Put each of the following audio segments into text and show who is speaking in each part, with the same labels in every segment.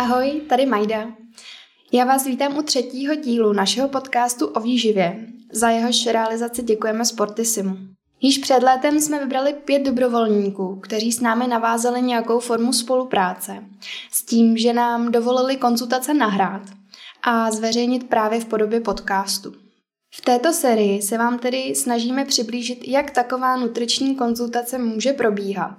Speaker 1: Ahoj, tady Majda. Já vás vítám u 3. dílu našeho podcastu o výživě. Za jehož realizaci děkujeme Sportissimu. Již před létem jsme vybrali 5 dobrovolníků, kteří s námi navázali nějakou formu spolupráce. S tím, že nám dovolili konzultace nahrát a zveřejnit právě v podobě podcastu. V této sérii se vám tedy snažíme přiblížit, jak taková nutriční konzultace může probíhat.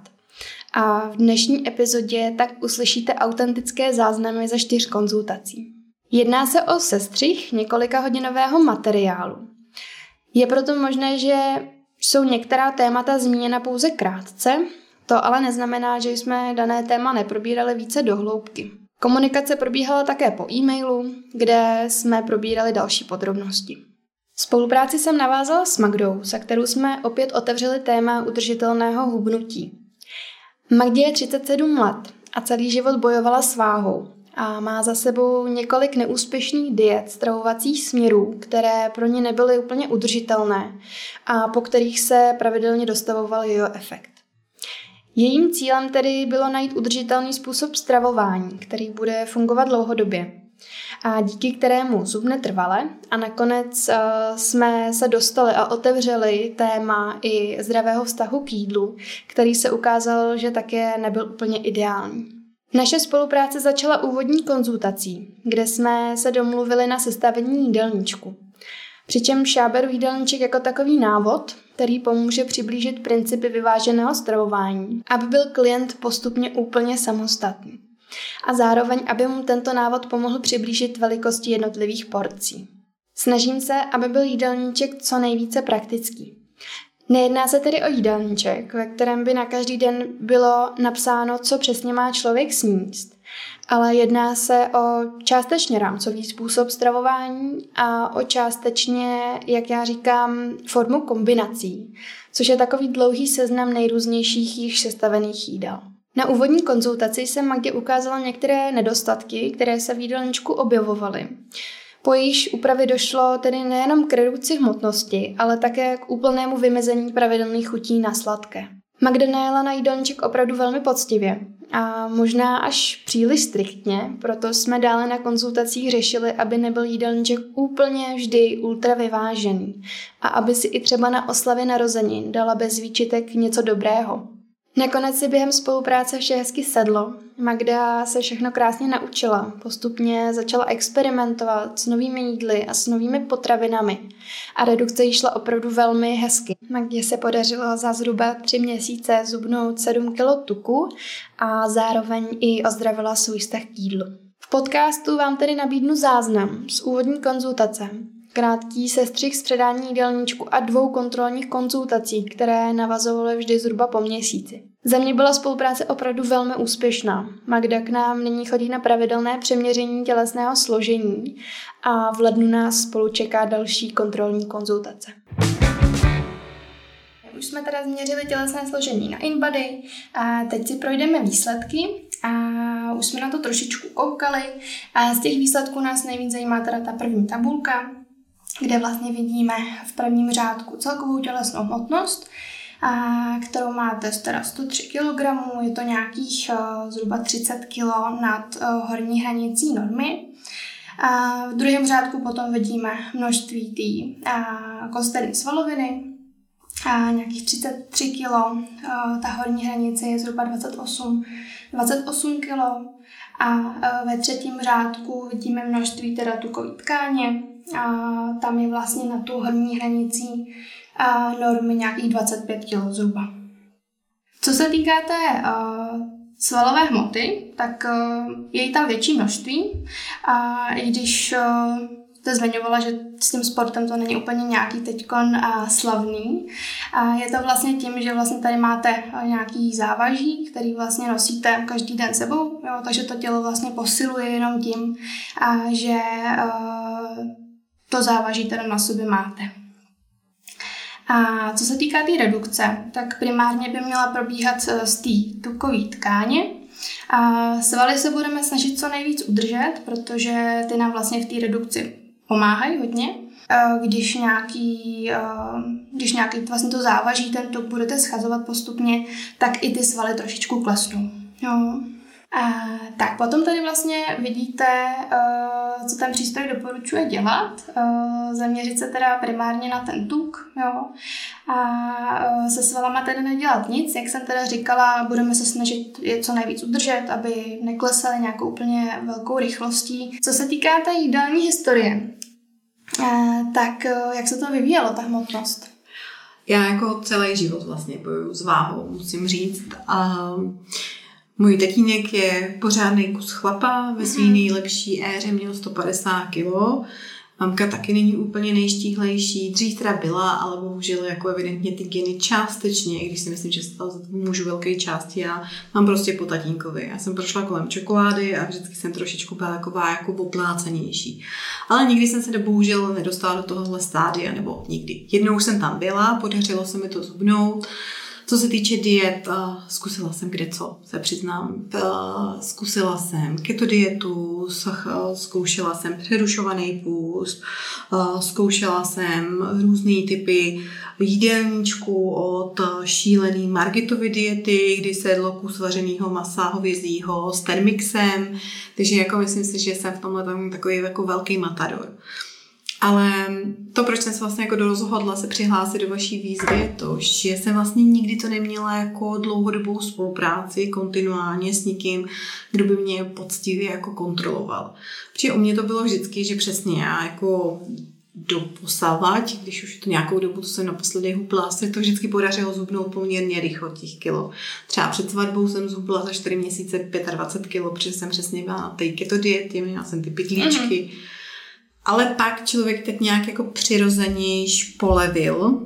Speaker 1: A v dnešní epizodě tak uslyšíte autentické záznamy ze 4 konzultací. Jedná se o sestřih několika hodinového materiálu. Je proto možné, že jsou některá témata zmíněna pouze krátce, to ale neznamená, že jsme dané téma neprobírali více do hloubky. Komunikace probíhala také po e-mailu, kde jsme probírali další podrobnosti. Spolupráci jsem navázala s Magdou, se kterou jsme opět otevřeli téma udržitelného hubnutí. Magdě je 37 let a celý život bojovala s váhou a má za sebou několik neúspěšných diet, stravovacích směrů, které pro ně nebyly úplně udržitelné a po kterých se pravidelně dostavoval jeho efekt. Jejím cílem tedy bylo najít udržitelný způsob stravování, který bude fungovat dlouhodobě a díky kterému zubne trvale a nakonec jsme se dostali a otevřeli téma i zdravého vztahu k jídlu, který se ukázal, že také nebyl úplně ideální. Naše spolupráce začala úvodní konzultací, kde jsme se domluvili na sestavení jídelníčku. Přičemž já beru jídelníček jako takový návod, který pomůže přiblížit principy vyváženého stravování, aby byl klient postupně úplně samostatný. A zároveň, aby mu tento návod pomohl přiblížit velikosti jednotlivých porcí. Snažím se, aby byl jídelníček co nejvíce praktický. Nejedná se tedy o jídelníček, ve kterém by na každý den bylo napsáno, co přesně má člověk sníst, ale jedná se o částečně rámcový způsob stravování a o částečně, jak já říkám, formu kombinací, což je takový dlouhý seznam nejrůznějších již sestavených jídel. Na úvodní konzultaci jsem Magdě ukázala některé nedostatky, které se v jídelníčku objevovaly. Po jejíž úpravě došlo tedy nejenom k redukci hmotnosti, ale také k úplnému vymezení pravidelných chutí na sladké. Magda najela na jídelníček opravdu velmi poctivě a možná až příliš striktně, proto jsme dále na konzultacích řešili, aby nebyl jídelníček úplně vždy ultra vyvážený a aby si i třeba na oslavě narozenin dala bez výčitek něco dobrého. Nakonec si během spolupráce vše hezky sedlo. Magda se všechno krásně naučila, postupně začala experimentovat s novými jídly a s novými potravinami a redukce jí šla opravdu velmi hezky. Magdě se podařilo za zhruba 3 měsíce zhubnout 7 kg tuku a zároveň i ozdravila svůj vztah k jídlu. V podcastu vám tedy nabídnu záznam z úvodní konzultace, krátký sestřih z předání jídelníčku a 2 kontrolních konzultací, které navazovaly vždy zhruba po měsíci. Za mě byla spolupráce opravdu velmi úspěšná. Magda k nám nyní chodí na pravidelné přeměření tělesného složení a v lednu nás spolu čeká další kontrolní konzultace. Už jsme teda změřili tělesné složení na InBody a teď si projdeme výsledky a už jsme na to trošičku koukali a z těch výsledků nás nejvíc zajímá teda ta první tabulka, kde vlastně vidíme v prvním řádku celkovou tělesnou hmotnost, kterou máte teda 103 kg, je to nějakých zhruba 30 kg nad horní hranicí normy. A v druhém řádku potom vidíme množství té kosterní svaloviny, nějakých 33 kg, ta horní hranice je zhruba 28 kg. A ve třetím řádku vidíme množství teda tukové tkáně, a tam je vlastně na tu horní hranicí normy nějakých 25 kg zhruba. Co se týká té svalové hmoty, tak je jí tam větší množství a i když jste zmiňovala, že s tím sportem to není úplně nějaký teďkon slavný. A je to vlastně tím, že vlastně tady máte nějaký závaží, který vlastně nosíte každý den sebou, jo, takže to tělo vlastně posiluje jenom tím, že to závaží teda na sobě máte. A co se týká té redukce, tak primárně by měla probíhat z té tukové tkáně. A svaly se budeme snažit co nejvíc udržet, protože ty nám vlastně v té redukci pomáhají hodně. Když nějaký vlastně to závaží, ten tuk budete schazovat postupně, tak i ty svaly trošičku klesnou. Jo. Tak potom tady vlastně vidíte, co ten přístroj doporučuje dělat. Zaměřit se teda primárně na ten tuk, jo. A se svalama tedy nedělat nic. Jak jsem teda říkala, budeme se snažit je co nejvíc udržet, aby neklesaly nějakou úplně velkou rychlostí. Co se týká té jídelní historie, tak jak se to vyvíjelo, ta hmotnost?
Speaker 2: Já jako celý život vlastně bojuju s váhou, musím říct. Můj tatínek je pořádný kus chlapa, ve své nejlepší éře měl 150 kg. Mamka taky není úplně nejštíhlejší, dřív teda byla, ale bohužel jako evidentně ty geny částečně, i když si myslím, že stala za to můžu velké části, já mám prostě po tatínkovi. Já jsem prošla kolem čokolády a vždycky jsem trošičku byla taková jako oplácanější. Ale nikdy jsem se bohužel nedostala do tohohle stádia, nebo nikdy. Jednou jsem tam byla, podařilo se mi to zhubnout. Co se týče diet, zkusila jsem kdeco, se přiznám. Zkusila jsem keto dietu, zkoušela jsem přerušovaný půst, zkoušela jsem různý typy jídelníčku od šílený Margitovy diety, kdy se jedlo kus vařenýho masa hovězího s termixem, takže jako myslím si, že jsem v tomhle takový jako velký matador. Ale to, proč jsem se vlastně jako rozhodla se přihlásit do vaší výzvy, je to, že jsem vlastně nikdy to neměla jako dlouhodobou spolupráci kontinuálně s někým, kdo by mě poctivě jako kontroloval. Protože u mě to bylo vždycky, že přesně já jako doposavať, když už to nějakou dobu, to jsem naposledy hubla, se to vždycky podařilo zhubnout poměrně rychle těch kilo. Třeba před svatbou jsem zhubla za 4 měsíce 25 kilo, protože jsem přesně byla na té keto dietě, měla jsem ty pytlíčky. Ale pak člověk tak nějak jako přirozenějš polevil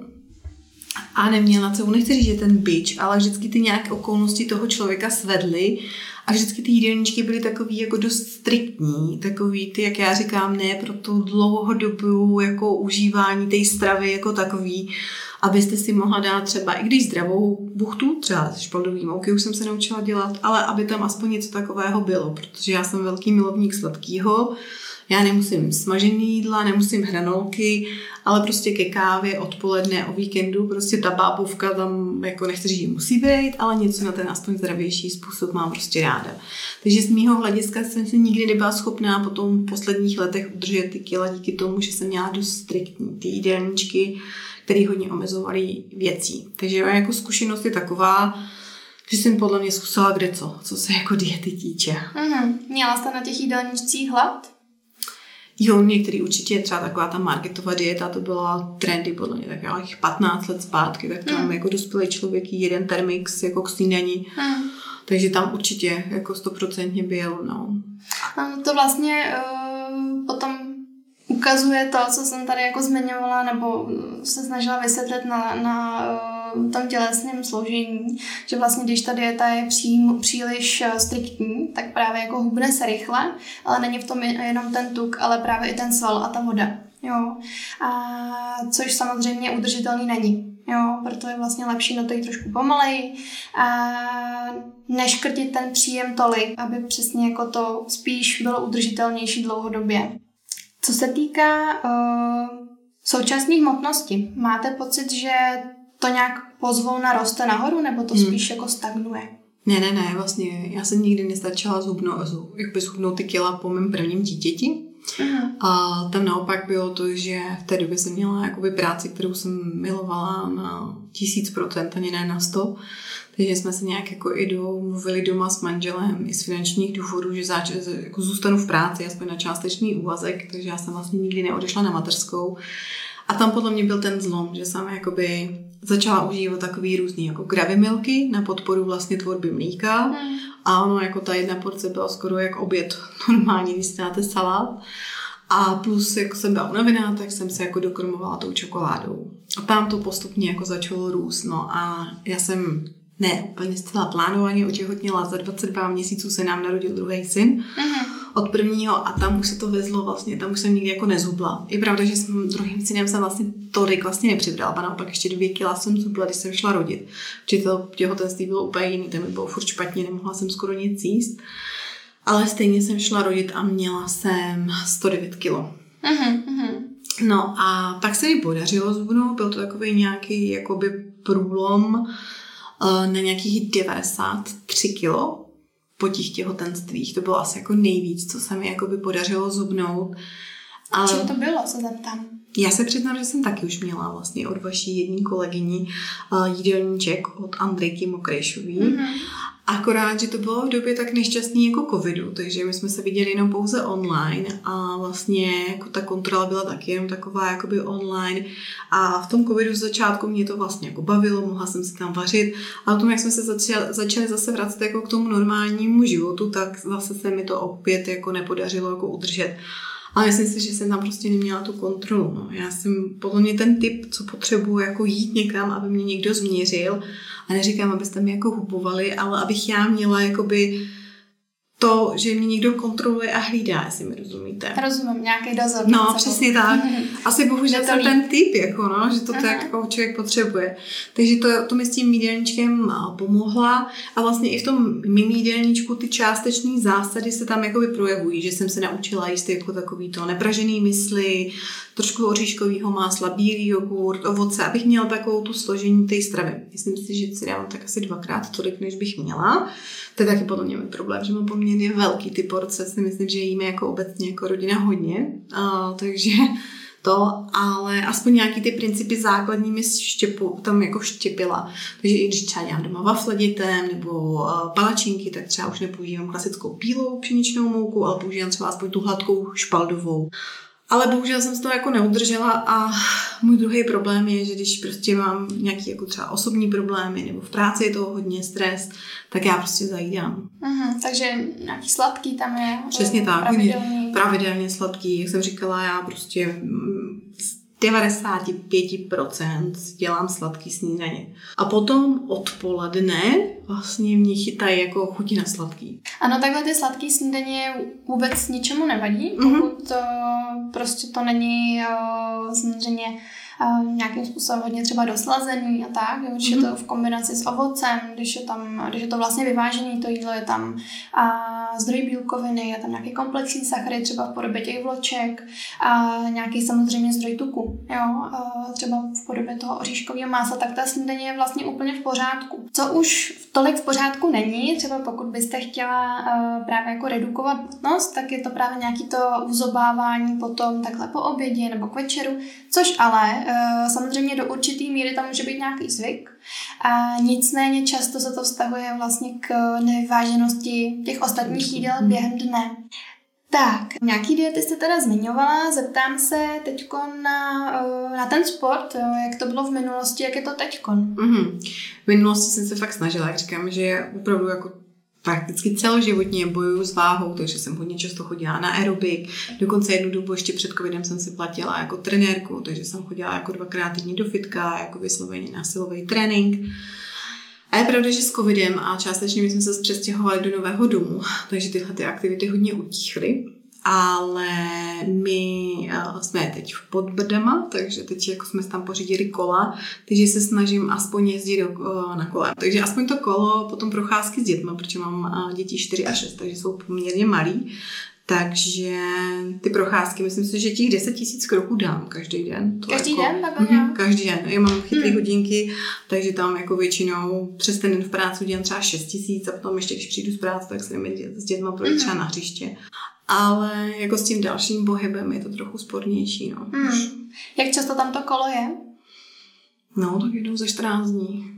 Speaker 2: a neměl na co, nechci říct, že ten bič, ale vždycky ty nějaké okolnosti toho člověka svedly a vždycky ty jídelníčky byly takový jako dost striktní, takový ty, jak já říkám, ne pro tu dlouhodobou jako užívání té stravy jako takový, abyste si mohla dát třeba i když zdravou buchtu, třeba ze špaldový mouky už jsem se naučila dělat, ale aby tam aspoň něco takového bylo, protože já jsem velký milovník sladkýho. Já nemusím smažený jídla, nemusím hranolky, ale prostě ke kávě odpoledne o víkendu prostě ta bábovka tam, jako nechci říct, musí být, ale něco na ten aspoň zdravější způsob mám prostě ráda. Takže z mýho hlediska jsem si nikdy nebyla schopná po tom posledních letech udržet ty kila díky tomu, že jsem měla dost striktní ty jídelníčky, které hodně omezovaly věcí. Takže jako zkušenost je taková, že jsem podle mě zkusila kdeco, co se jako diety týče.
Speaker 1: Měla jste na těch jídelníčcích hlad?
Speaker 2: Jo, některý určitě, třeba taková ta Margitova dieta, to byla trendy podle mě takových 15 let zpátky, tak tam jako dospělý člověk jeden termix jako k snídani. Takže tam určitě jako 100% byl, no.
Speaker 1: To vlastně potom ukazuje to, co jsem tady jako zmiňovala, nebo se snažila vysvětlit na tom tělesném složení, že vlastně když ta dieta je příliš striktní, tak právě jako hubne se rychle, ale není v tom jenom ten tuk, ale právě i ten sval a ta voda. Jo. Což samozřejmě udržitelný není. Jo, proto je vlastně lepší na to jít trošku pomaleji a neškrtit ten příjem tolik, aby přesně jako to spíš bylo udržitelnější dlouhodobě. Co se týká současné hmotnosti, máte pocit, že to nějak pozvolna roste nahoru, nebo to spíš jako stagnuje?
Speaker 2: Ne, vlastně já jsem nikdy nestačila zhubnout ty kila po mém prvním dítěti. A tam naopak bylo to, že v té době jsem měla jakoby práci, kterou jsem milovala na 1000%, ani ne na 100%. Takže jsme se nějak jako i domluvili doma s manželem i z finančních důvodů, že jako zůstanu v práci, aspoň na částečný úvazek, takže já jsem vlastně nikdy neodešla na mateřskou. A tam podle mě byl ten zlom, že jsem jakoby začala užívat takový různý jako gravimilky na podporu vlastně tvorby mlíka. A ono jako ta jedna porce byla skoro jak oběd normálně, když si dáte salát. A plus, jako jsem byla unavená, tak jsem se jako dokrmovala tou čokoládou. A tam to postupně jako začalo růst. No a já jsem úplně zcela plánovaně otěhotněla, za 22 měsíců se nám narodil druhý syn od prvního a tam už se to vezlo vlastně, tam už jsem nikdy jako nezhubla. Je pravda, že s druhým synem jsem vlastně tolik vlastně nepřibrala, a naopak ještě 2 kila jsem zhubla, když jsem šla rodit. Protože to těhotenství bylo úplně jiný, tam mi bylo furt špatně, nemohla jsem skoro nic jíst. Ale stejně jsem šla rodit a měla jsem 109 kilo. No a pak se mi podařilo zhubnout, byl to takový nějaký jakoby průlom na nějakých 93 kilo. po těch těhotenstvích. To bylo asi jako nejvíc, co se mi jakoby podařilo zubnout.
Speaker 1: Ale čím to bylo, se zeptám?
Speaker 2: Já se přiznám, že jsem taky už měla vlastně od vaší jedné kolegyni jídelníček od Andrejky Mokrejšový. Mm-hmm. Akorát, že to bylo v době tak nešťastný jako covidu, takže my jsme se viděli jenom pouze online a vlastně jako ta kontrola byla taky jenom taková jakoby online a v tom covidu z začátku mě to vlastně jako bavilo, mohla jsem si tam vařit a o tom, jak jsme se začali zase vracet jako k tomu normálnímu životu, tak zase se mi to opět jako nepodařilo jako udržet. Ale myslím si, že jsem tam prostě neměla tu kontrolu. No. Já jsem podle mě ten typ, co potřebuji jako jít někam, aby mě někdo změřil. A neříkám, abyste mi jako hupovali, ale abych já měla jakoby to, že mě někdo kontroluje a hlídá, jestli mi rozumíte.
Speaker 1: Rozumím, nějaký dozor.
Speaker 2: No, přesně tak. Asi bohužel jsem ten typ, jako no, že to tak jako člověk potřebuje. Takže to mi s tím jídelníčkem pomohla a vlastně i v tom mým jídelníčku ty částečné zásady se tam jakoby projevují, že jsem se naučila jíst jako takový to nepražený mysli, trošku oříškového másla, bílý jogurt, ovoce, abych měla takovou tu složení té stravy. Myslím si, že si dávám tak asi 2x tolik, než bych měla. To je taky podle mě můj problém, že mám poměrně velký ty porce, si myslím, že jíme jako obecně jako rodina hodně, takže to, ale aspoň nějaký ty principy základní mi tam jako štěpila. Takže i když třeba dělám doma wafle dětem nebo palačinky, tak třeba už nepoužívám klasickou bílou pšeničnou mouku, ale používám třeba aspoň tu hladkou špaldovou. Ale bohužel jsem se to jako neudržela a můj druhý problém je, že když prostě mám nějaký jako třeba osobní problémy nebo v práci je toho hodně stres, tak já prostě zajídám.
Speaker 1: Takže nějaký sladký tam je?
Speaker 2: Přesně tak, pravidelně sladký. Jak jsem říkala, já prostě z 95% dělám sladký snídaně. A potom odpoledne vlastně mě chytají jako chuti na sladký.
Speaker 1: Ano, takhle ty sladký snídaně vůbec ničemu nevadí, pokud prostě to není samozřejmě nějakým způsobem hodně třeba doslazený a tak, když je to v kombinaci s ovocem, když je to vlastně vyvážený, to jídlo je tam zdroj bílkoviny, je tam nějaký komplexní sacharid, třeba v podobě těch vloček a nějaký samozřejmě zdroj tuku, jo, třeba v podobě toho oříškového másla, tak ta snídaně je vlastně úplně v pořádku. Co už tolik v pořádku není, třeba pokud byste chtěla právě jako redukovat hmotnost, tak je to právě nějaký to uzobávání potom takhle po obědě nebo k večeru, což ale samozřejmě do určitý míry tam může být nějaký zvyk. A nicméně často se to vztahuje vlastně k nevyváženosti těch ostatních jídel během dne. Tak, nějaký diety jste teda zmiňovala, zeptám se teďko na ten sport, jak to bylo v minulosti, jak je to teďkon?
Speaker 2: V minulosti jsem se fakt snažila, jak říkám, že opravdu jako prakticky celoživotně bojuju s váhou, takže jsem hodně často chodila na aerobik. Dokonce jednu dobu ještě před covidem jsem si platila jako trenérku, takže jsem chodila jako 2x týdně do fitka, jako vysloveně na silový trénink. A je pravda, že s covidem a částečně my jsme se přestěhovali do nového domu, takže tyhle ty aktivity hodně utichly. Ale my jsme teď v Podbrdama, takže teď jako jsme tam pořídili kola, takže se snažím aspoň jezdit na kole. Takže aspoň to kolo, potom procházky s dětma, protože mám děti 4 a 6, takže jsou poměrně malí. Takže ty procházky, myslím si, že těch 10 000 kroků dám každý den.
Speaker 1: Každý den? Takhle
Speaker 2: každý den. Já mám chytrý hodinky, takže tam jako většinou přes ten den v práci dělám třeba 6 000 a potom ještě, když přijdu z práce, tak se jdeme s dětma projít třeba na hřiště. Ale jako s tím dalším pohybem je to trochu spornější. No.
Speaker 1: Jak často tam to kolo je?
Speaker 2: No, tak jednou za 14 dní.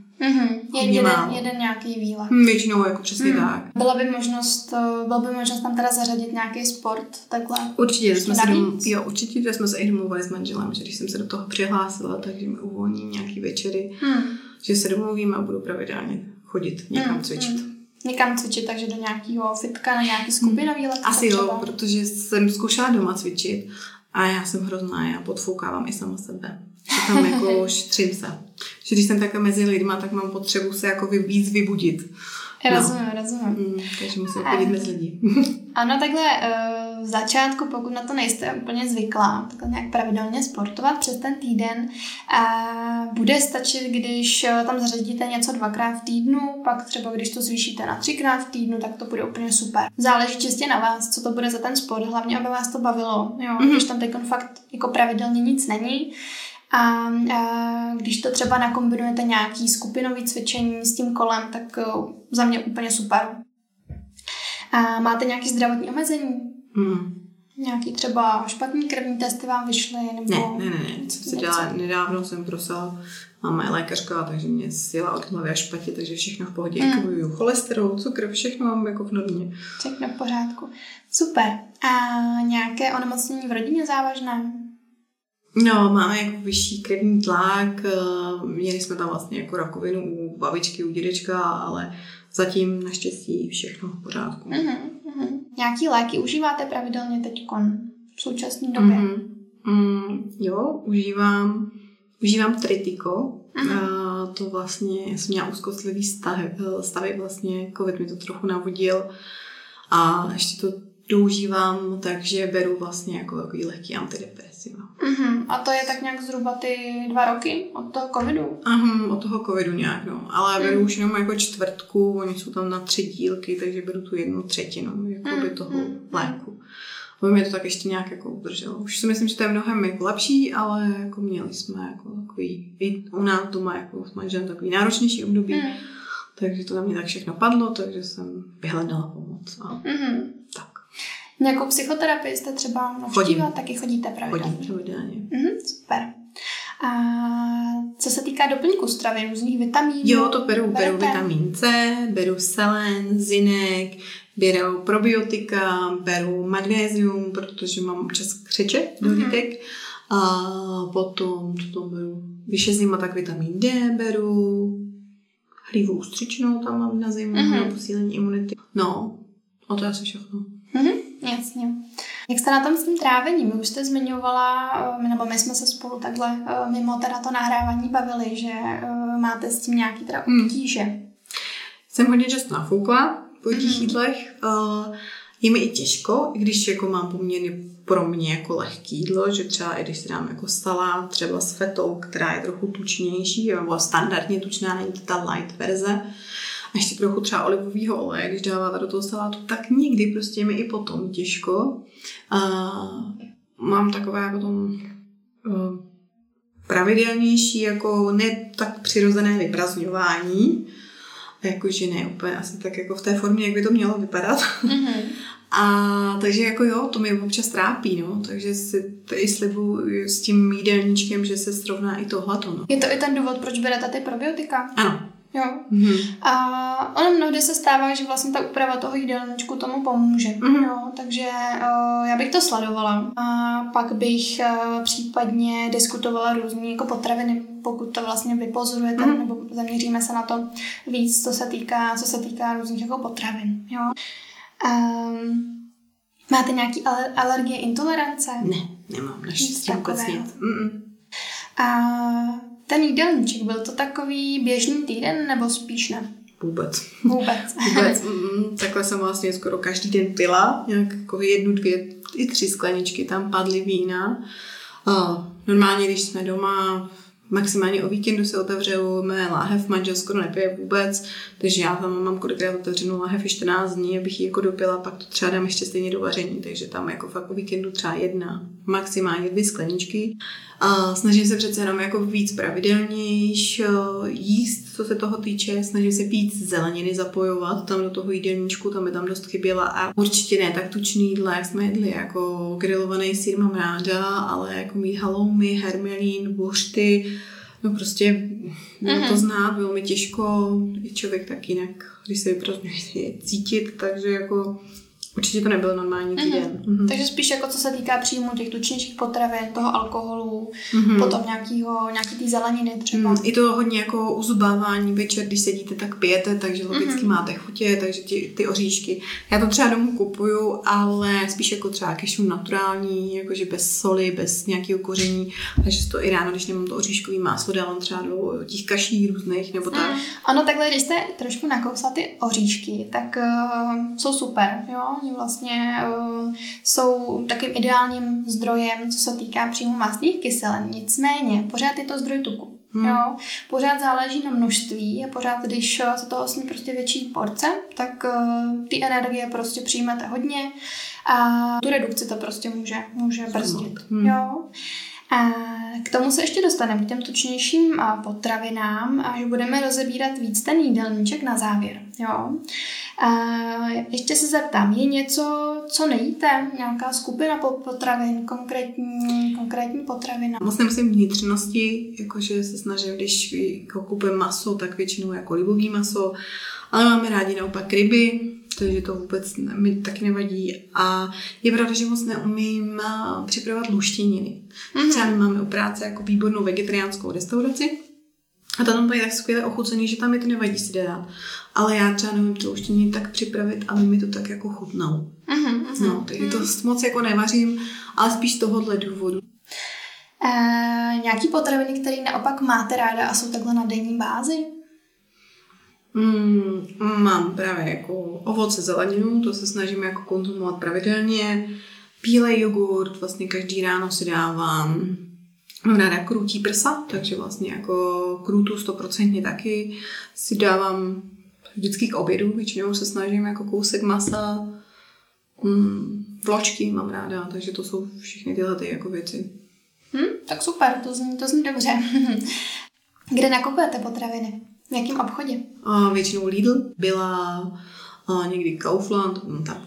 Speaker 1: Jeden nějaký výlet.
Speaker 2: Většinou jako přesně tak.
Speaker 1: Byla by možnost tam teda zařadit nějaký sport takhle?
Speaker 2: Určitě jsme se i domluvali s manželem, že když jsem se do toho přihlásila, takže mi uvolní nějaký večery, že se domluvíme a budu pravidelně chodit někam cvičit.
Speaker 1: Někam cvičit, takže do nějakého fitka, na nějaký skupinový let?
Speaker 2: Asi jo, protože jsem zkoušela doma cvičit a já jsem hrozná, já podfoukávám i sama sebe. Že tam jako šetřím se. Že když jsem takhle mezi lidma, tak mám potřebu se jako víc vybudit.
Speaker 1: Rozumím.
Speaker 2: Takže musím chodit mezi lidi.
Speaker 1: Ano, takhle v začátku, pokud na to nejste úplně zvyklá, takhle nějak pravidelně sportovat přes ten týden, bude stačit, když tam zařadíte něco 2x v týdnu, pak třeba když to zvýšíte na 3x v týdnu, tak to bude úplně super. Záleží čistě na vás, co to bude za ten sport, hlavně aby vás to bavilo, jo? Když tam teď fakt jako pravidelně nic není. A když to třeba nakombinujete nějaký skupinový cvičení s tím kolem, tak za mě úplně super. A máte nějaké zdravotní omezení? Nějaký třeba špatný krevní testy vám vyšly? Nebo...
Speaker 2: Ne. Co se dělá, nedávno jsem prosila, máme lékařka, takže mě sjela od hlavy až špatě, takže všechno v pohodě. Cholesterol, cukr, všechno mám jako v normě.
Speaker 1: Všechno v pořádku. Super. A nějaké onemocnění v rodině závažné?
Speaker 2: No, máme jako vyšší krevní tlak, měli jsme tam vlastně jako rakovinu u babičky, u dědečka, ale zatím naštěstí všechno v pořádku.
Speaker 1: Nějaký léky užíváte pravidelně teďkon v současné době?
Speaker 2: Jo, užívám Tritiko. To vlastně, jsem měla úzkostlivý stavy, vlastně covid mi to trochu navodil a ještě to doužívám, takže beru vlastně jako takový lehký antidepresiva.
Speaker 1: A to je tak nějak zhruba ty 2 roky od toho covidu?
Speaker 2: Od toho covidu nějak, no. Ale beru už jenom jako čtvrtku, oni jsou tam na 3 dílky, takže beru tu 1/3 jakoby toho léku. Aby mě to tak ještě nějak jako udrželo. Už si myslím, že to je mnohem jako lepší, ale jako měli jsme jako takový, i u nás doma jako s manželem takový náročnější období, takže to na mě tak všechno padlo, takže jsem vyhledala pomoc. Tak.
Speaker 1: Nějakou psychoterapii jste třeba navštívila? Taky chodíte pravidelně?
Speaker 2: Chodím pravidelně.
Speaker 1: Super. A co se týká doplňku stravy, různých vitamínů?
Speaker 2: Jo, to beru vitamin C, beru selen, zinek, beru probiotika, beru magnézium, protože mám občas křeče do lítek. A potom, co tam beru? Když je zima, tak vitamin D beru, hlívu ústřičnou tam mám na zimu, na posílení imunity. No, a to je asi všechno.
Speaker 1: Jasně. Jak jste na tom s tím trávením? Už jste zmiňovala, nebo my jsme se spolu takhle mimo teda to nahrávání bavili, že máte s tím nějaký teda obtíže.
Speaker 2: Jsem hodně často nafoukla po těch jídlech. Je mi i těžko, i když jako mám poměrně pro mě jako lehký jídlo, že třeba i když si dám jako salát třeba s fetou, která je trochu tučnější, nebo standardně tučná, není to ta light verze, a ještě trochu třeba olivového oleje, když dáváte do toho salátu, tak nikdy prostě mi i potom těžko. Mám takové jako tom pravidelnější, jako ne tak přirozené vyprazňování, jakože ne úplně asi tak jako v té formě, jak by to mělo vypadat. A takže jako jo, to mě občas trápí, no, takže si i slibuju s tím jídelníčkem, že se srovná i tohleto, no.
Speaker 1: Je to i ten důvod, proč berete ty probiotika?
Speaker 2: Ano.
Speaker 1: Jo. A ono mnohdy se stává, že vlastně ta úprava toho jídelníčku tomu pomůže. Jo, takže já bych to sledovala. A pak bych případně diskutovala různý jako potraviny, pokud to vlastně vypozorujete, nebo zaměříme se na to víc, co se týká různých jako potravin. Jo. Máte nějaký alergie, intolerance?
Speaker 2: Ne, nemám naštěstí vůbec nic.
Speaker 1: A ten jídelníček, byl to takový běžný týden, nebo spíš ne?
Speaker 2: Vůbec.
Speaker 1: Vůbec.
Speaker 2: Takhle jsem vlastně skoro každý den pila, nějak jako 1, 2, i 3 skleničky tam padly vína. Normálně, když jsme doma, maximálně o víkendu se otevřeme láhev, manžel skoro nepije vůbec, takže já tam mám kolikrát otevřenou láhev i 14 dní, abych ji jako dopila, pak to třeba dám ještě stejně do vaření, takže tam jako fakt o víkendu třeba 1, maximálně 2 skleničky. A snažím se přece jenom jako víc pravidelnější jíst, co se toho týče, snažím se víc zeleniny zapojovat tam do toho jídelníčku, tam je tam dost chyběla a určitě ne tak tučný jídla, jak jsme jedli, jako grilovaný sýr mám ráda, ale jako mít haloumy, hermelín, buřty, no prostě to znát, bylo mi těžko, i člověk tak jinak, když se vyprazňuje cítit, takže jako určitě to nebyl normální týden.
Speaker 1: Takže spíš jako co se týká příjmu těch tučnějších potravin, toho alkoholu, potom nějaký té zeleniny třeba.
Speaker 2: I to hodně jako uzubávání večer, když sedíte, tak pijete, takže logicky máte chutě, takže ty oříšky. Já to třeba domů kupuju, ale spíš jako třeba cashew naturální, jakože bez soli, bez nějakého koření, takže to i ráno, když nemám to oříškový máslo, dávám třeba do těch kaší různých nebo tak.
Speaker 1: Ano, takhle, když jste trošku nakousla ty oříšky, tak jsou super, jo? Vlastně jsou takovým ideálním zdrojem, co se týká příjmu mastných kyselin. Nicméně, pořád je to zdroj tuku. Jo? Pořád záleží na množství a pořád, když se toho sní prostě větší porce, tak ty energie prostě přijmete hodně a tu redukci to prostě může brzdit. Jo? A k tomu se ještě dostaneme, k těm tučnějším potravinám, až budeme rozebírat víc ten jídelníček na závěr. Jo? Ještě se zeptám, je něco, co nejíte? Nějaká skupina potravin, konkrétní potravina?
Speaker 2: Moc nemusím vnitřnosti, jakože se snažím, když kupujeme maso, tak většinou jako libový maso, ale máme rádi naopak ryby, takže to vůbec mi taky nevadí. A je pravda, že moc neumím připravovat luštěniny. Třeba my máme u práce jako výbornou vegetariánskou restauraci a tam je tak skvěle ochucený, že tam mi to nevadí si dát. Ale já třeba nevím ty luštěniny tak připravit, aby mi to tak jako chutnalo. No, takže to moc jako nevařím, ale spíš z tohohle důvodu.
Speaker 1: Nějaký potraviny, které naopak máte ráda a jsou takhle na denní bázi?
Speaker 2: Mám právě jako ovoce, zeleninu, to se snažím jako konzumovat pravidelně. Bílej jogurt, vlastně každý ráno si dávám. Mám ráda krůtí prsa, takže vlastně jako krůtu 100% taky si dávám vždycky k obědu, většinou se snažím jako kousek masa. Vločky mám ráda, takže to jsou všechny tyhle ty jako věci.
Speaker 1: Tak super, to zní dobře. Kde nakupujete potraviny? V jakém obchodě?
Speaker 2: Většinou Lidl, byla někdy Kaufland,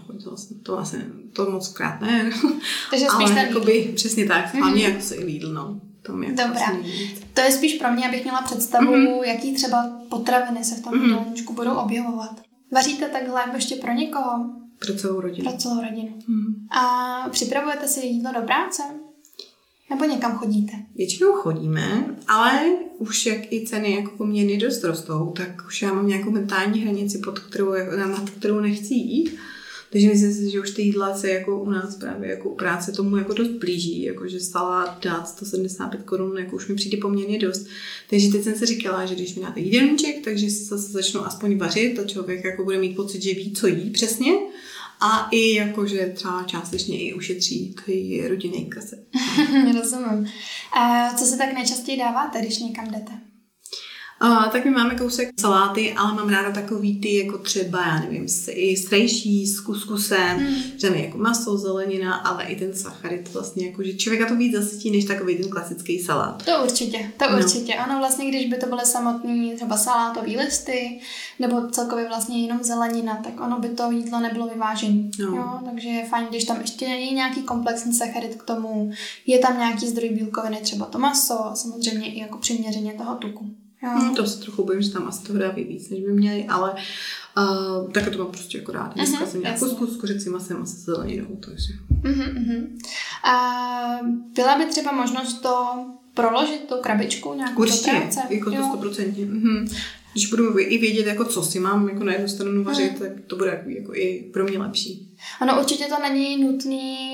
Speaker 2: to moc krát ne.
Speaker 1: Takže spíš
Speaker 2: ale
Speaker 1: ten
Speaker 2: jakoby, přesně tak, hlavně jako se i Lidl, no.
Speaker 1: Dobrá, to je spíš pro mě, abych měla představu, jaký třeba potraviny se v tom jídelníčku budou objevovat. Vaříte takhle ještě pro někoho?
Speaker 2: Pro celou rodinu.
Speaker 1: A připravujete si jídlo do práce? Nebo někam chodíte?
Speaker 2: Většinou chodíme, ale už jak i ceny jako poměrně dost rostou, tak už já mám nějakou mentální hranici, nad kterou nechci jít. Takže myslím si, že už ty jídla se jako u nás právě jako u práce tomu jako dost blíží, jakože salát dát 175 korun, jako už mi přijde poměrně dost. Takže teď jsem si říkala, že když mi dáte jídelníček, takže si zase začnu aspoň vařit a člověk jako bude mít pocit, že ví, co jí přesně. A i jakože třeba částečně i ušetří ty rodinný kase.
Speaker 1: Rozumím. A co se tak nejčastěji dáváte, když někam jdete?
Speaker 2: Tak my máme kousek saláty, ale mám ráda takový ty, jako třeba, já nevím, i s rejší, s kuskusem, že mi jako maso, zelenina, ale i ten sacharid vlastně, jako, že člověka to víc zasytí, než takový ten klasický salát.
Speaker 1: To určitě. Ano, vlastně, když by to byly samotný třeba salátový listy, nebo celkově vlastně jenom zelenina, tak ono by to jídlo nebylo vyvážené. Jo, takže je fajn, když tam ještě je nějaký komplexní sacharid k tomu, je tam nějaký zdroj bílkoviny, třeba to maso, a samozřejmě i jako přiměřeně toho tuku.
Speaker 2: To se trochu bojím, že tam asi toho dávají víc, než by měli, ale tak to mám prostě jako rád. Dneska jsem měla kuskus s kuřecím masem a se zeleninou, takže.
Speaker 1: Byla by třeba možnost to proložit, tu krabičku nějakou do práce?
Speaker 2: Jako to 100%. Když budu i vědět, jako co si mám jako na jednu stranu vařit, tak to bude jako i pro mě lepší.
Speaker 1: Ano, určitě to není nutný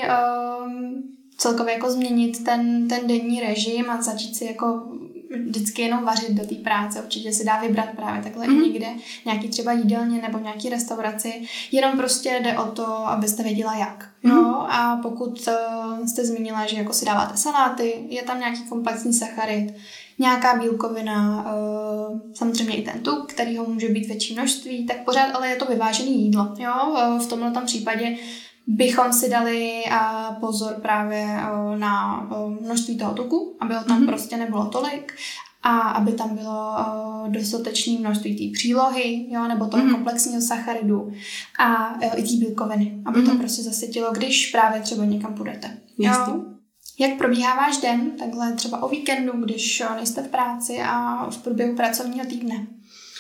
Speaker 1: celkově jako změnit ten denní režim a začít si jako vždycky jenom vařit do té práce. Určitě se dá vybrat právě takhle i někde, nějaký třeba jídelně nebo nějaký restauraci. Jenom prostě jde o to, abyste věděla jak. Jo? A pokud jste zmínila, že jako si dáváte saláty, je tam nějaký komplexní sacharid, nějaká bílkovina, samozřejmě i ten tuk, kterýho může být větší množství, tak pořád ale je to vyvážené jídlo. Jo? V tomhle tam případě bychom si dali pozor právě na množství toho tuku, aby ho tam prostě nebylo tolik a aby tam bylo dostatečné množství té přílohy, jo, nebo toho komplexního sacharidu a i té bílkoviny, aby to prostě zasytilo, když právě třeba někam půjdete. Jo. Jak probíhá váš den, takhle třeba o víkendu, když nejste v práci a v průběhu pracovního týdne?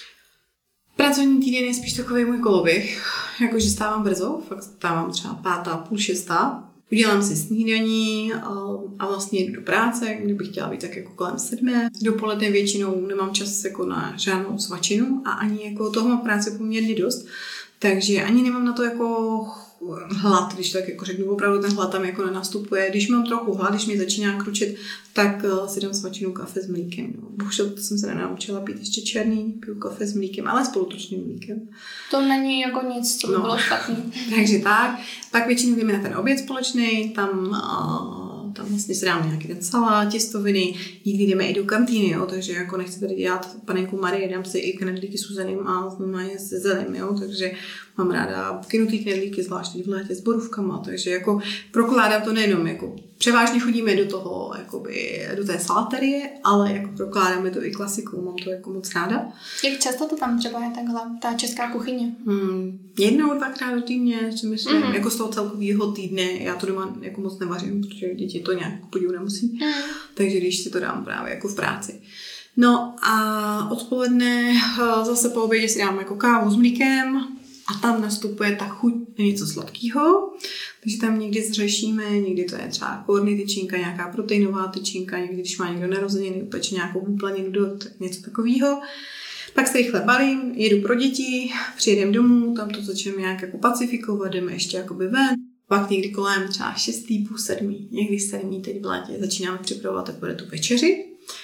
Speaker 2: Pracovní týden je spíš takový můj koloběh, jakože stávám brzo, fakt stávám třeba 5:30, 5:30. Udělám si snídaní a vlastně jdu do práce, kdybych chtěla být tak jako kolem 7. Dopoledne většinou nemám čas jako na žádnou svačinu a ani jako toho mám práce poměrně dost, takže ani nemám na to jako hlad, když tak jako řeknu, opravdu ten hlad tam jako nenastupuje. Když mám trochu hlad, když mi začíná kručit, tak si dám svačinu kafe s mlíkem. No. Bohužel to jsem se nenaučila pít ještě černý, piju kafe s mlíkem, ale s polotučným mlíkem.
Speaker 1: To není jako nic, co by bylo špatný.
Speaker 2: Takže tak. Pak většinou jdeme na ten oběd společný, tam vlastně si dáme nějaký ten salát, těstoviny, někdy jdeme i do kantýny, jo, takže jako nechci tady dělat panenku Marie, dám si i knedlíky s uzeným a normálně se zelím, jo, takže mám ráda kynutý knedlíky, zvlášť v létě s borůvkama, takže jako prokládám to nejenom jako Převážně chodíme do toho, jakoby, do té salaterie, ale jako prokládáme to i klasikou, mám to jako moc ráda.
Speaker 1: Jak často to tam třeba je takhle, ta česká kuchyně?
Speaker 2: 1-2krát do týdne, si myslím, jako z toho celkového týdne. Já to doma jako moc nevařím, protože děti to nějak podívat nemusí. Takže když si to dám právě jako v práci. No a odpoledne zase po obědě si dám jako kávu s mlíkem a tam nastupuje ta chuť na něco sladkého. Takže tam někdy zřešíme, někdy to je třeba kórny tyčinka, nějaká proteinová tyčinka, někdy když má někdo narozeniny, upeče nějakou úplninu do něco takového. Pak se rychle balím, jedu pro děti, přijedem domů, tam to začneme nějak jako pacifikovat, jdeme ještě jakoby ven. Pak někdy kolem třeba 6, půl 7, někdy 7, teď v létě začínáme připravovat takové tu večeři.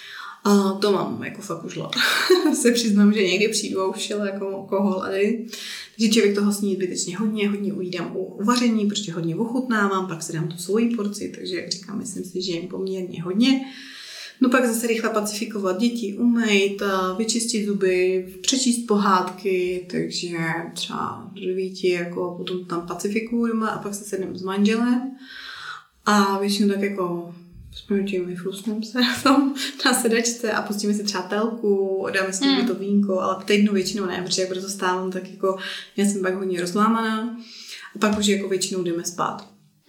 Speaker 2: A to mám jako fakt už hlad. Se přiznám, že někdy přijdu a už jako hlady. Takže člověk toho sní zbytečně hodně ujídám u vaření, protože hodně ochutnávám, pak si dám tu svoji porci, takže jak říkám, myslím si, že jim poměrně hodně. No pak zase rychle pacifikovat děti, umýt, vyčistit zuby, přečíst pohádky, takže třeba do 9 jako potom tam pacifikuju doma a pak se sednem s manželem a většinou tak jako flusneme se tam na sedačce a pustíme si třeba telku, dáme si to vínko, ale týdnu většinou ne, protože jak proto stávám, tak jako já jsem pak hodně rozlámaná a pak už jako většinou jdeme spát.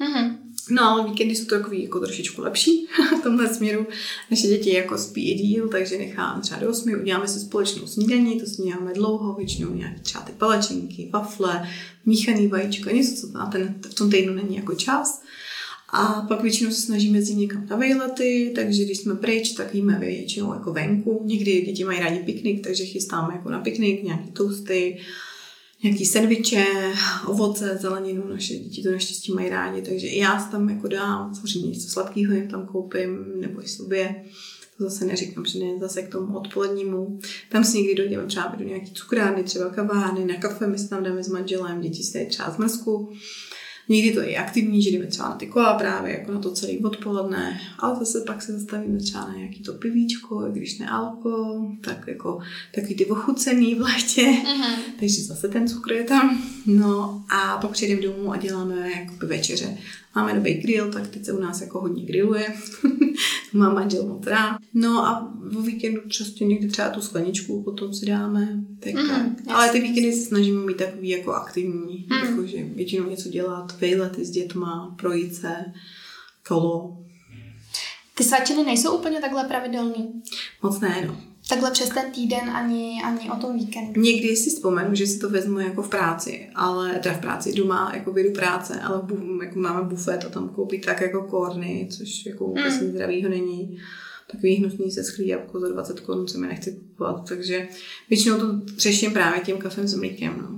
Speaker 2: No ale víkendy jsou to takový jako trošičku lepší v tomhle směru. Naše děti jako spí i díl, takže necháme třeba do 8, uděláme si společnou snídaní, to snídáme dlouho, většinou nějaké třeba ty palačinky, wafle, míchaný vajíčko, něco, co v tom týdnu není jako čas. A pak většinou se snažíme jít někam na vejlety, takže když jsme pryč, tak jíme většinou jako venku. Někdy děti mají rádi piknik, takže chystáme jako na piknik, nějaký toasty, nějaký sendviče, ovoce, zeleninu, naše děti to naštěstí mají rádi, takže i já si tam jako dám, samozřejmě něco sladkého jim tam koupím, nebo i sobě. To zase neříkám, že ne zase k tomu odpolednímu. Tam si někdy dojdeme třeba do nějaký cukrárny, třeba kavárny, na kafe my si tam dáme s manželem, děti si dají třeba zmrzku. Někdy to je i aktivní, že jdeme třeba na ty kola právě, jako na to celý odpoledne, ale zase pak se zastavíme třeba na nějaký to pivíčko, když ne alko, tak jako takový ty ochucený v létě, takže zase ten cukr je tam. No a pak přijdeme domů a děláme jakoby večeře. Máme nový grill, tak teď se u nás jako hodně grilluje. Mám manžel moc rád. No a o víkendu často někdy třeba tu skleničku potom si dáme. Tak. Ale ty víkendy se snažíme mít takový jako aktivní. Jakože většinou něco dělat, vejlety s dětma, projít se, kolo.
Speaker 1: Ty svačiny nejsou úplně takhle pravidelný?
Speaker 2: Moc ne, no.
Speaker 1: Takhle přes ten týden ani o tom víkendu.
Speaker 2: Někdy si vzpomenu, že si to vezmu jako v práci, ale teda v práci doma, jako do práce, ale jako máme bufet a tam koupit tak jako kórny, což jako vůbec nic zdravýho není. Takový hnusný se schlí jabko za 20 korun, co mi nechci kupovat, takže většinou to řeším právě tím kafem s mlíkem, no.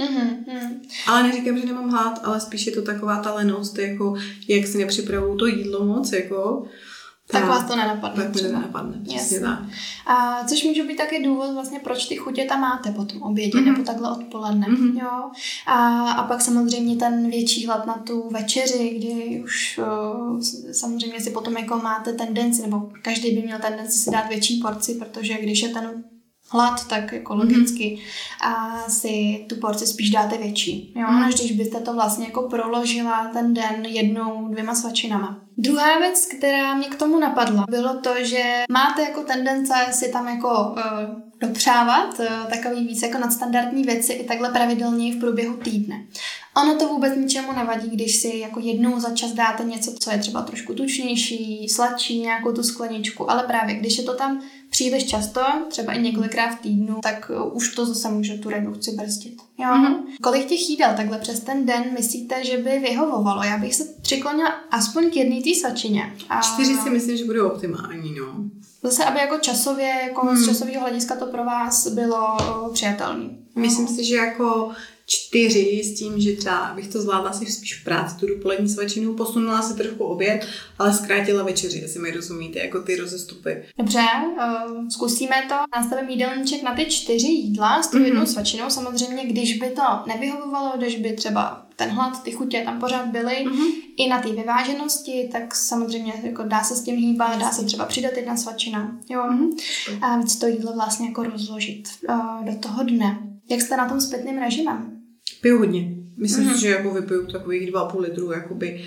Speaker 2: Ale neříkám, že nemám hlad, ale spíš je to taková ta lenost, jako jak si nepřipravuju to jídlo moc, jako
Speaker 1: tak vás to nenapadne.
Speaker 2: Tak mi to nenapadne, přesně tak.
Speaker 1: A což může být taky důvod vlastně, proč ty chutě tam máte po tom obědě nebo takhle odpoledne. Jo? A pak samozřejmě ten větší hlad na tu večeři, kdy už samozřejmě si potom jako máte tendenci, nebo každý by měl tendenci si dát větší porci, protože když je ten hlad, tak jako logicky a si tu porci spíš dáte větší. Jo? Než když byste to vlastně jako proložila ten den 1-2 svačinama. Druhá věc, která mě k tomu napadla, bylo to, že máte jako tendence si tam jako dopřávat takový víc jako nadstandardní věci i takhle pravidelně v průběhu týdne. Ono to vůbec ničemu nevadí, když si jako jednou za čas dáte něco, co je třeba trošku tučnější, sladší, nějakou tu skleničku, ale právě když je to tam příliš často, třeba i několikrát v týdnu, tak už to zase může tu redukci brzdit. Jo? Kolik těch jídel takhle přes ten den myslíte, že by vyhovovalo? Já bych se přiklonila aspoň k jedné té svačině.
Speaker 2: 4 si myslím, že budou optimální, no.
Speaker 1: Zase, aby jako časově, jako z časového hlediska to pro vás bylo přijatelné.
Speaker 2: Myslím si, že jako 4 s tím, že třeba bych to zvládla si spíš v práci, tu dopolední svačinu, posunula si trochu oběd, ale zkrátila večeři, jestli mi rozumíte, jako ty rozestupy.
Speaker 1: Dobře, zkusíme to. Nastavím jídelníček na ty 4 jídla s tou jednou svačinou. Samozřejmě, když by to nevyhovovalo, když by třeba ten hlad, ty chutě tam pořád byly, i na té vyváženosti, tak samozřejmě jako dá se s tím hýbat, dá se třeba přidat 1 svačina. Jo? A víc to jídlo vlastně jako rozložit do toho dne. Jak jste na tom s pitným režimem?
Speaker 2: Piju hodně. Myslím si, že jako vypiju takových 2,5 litru jakoby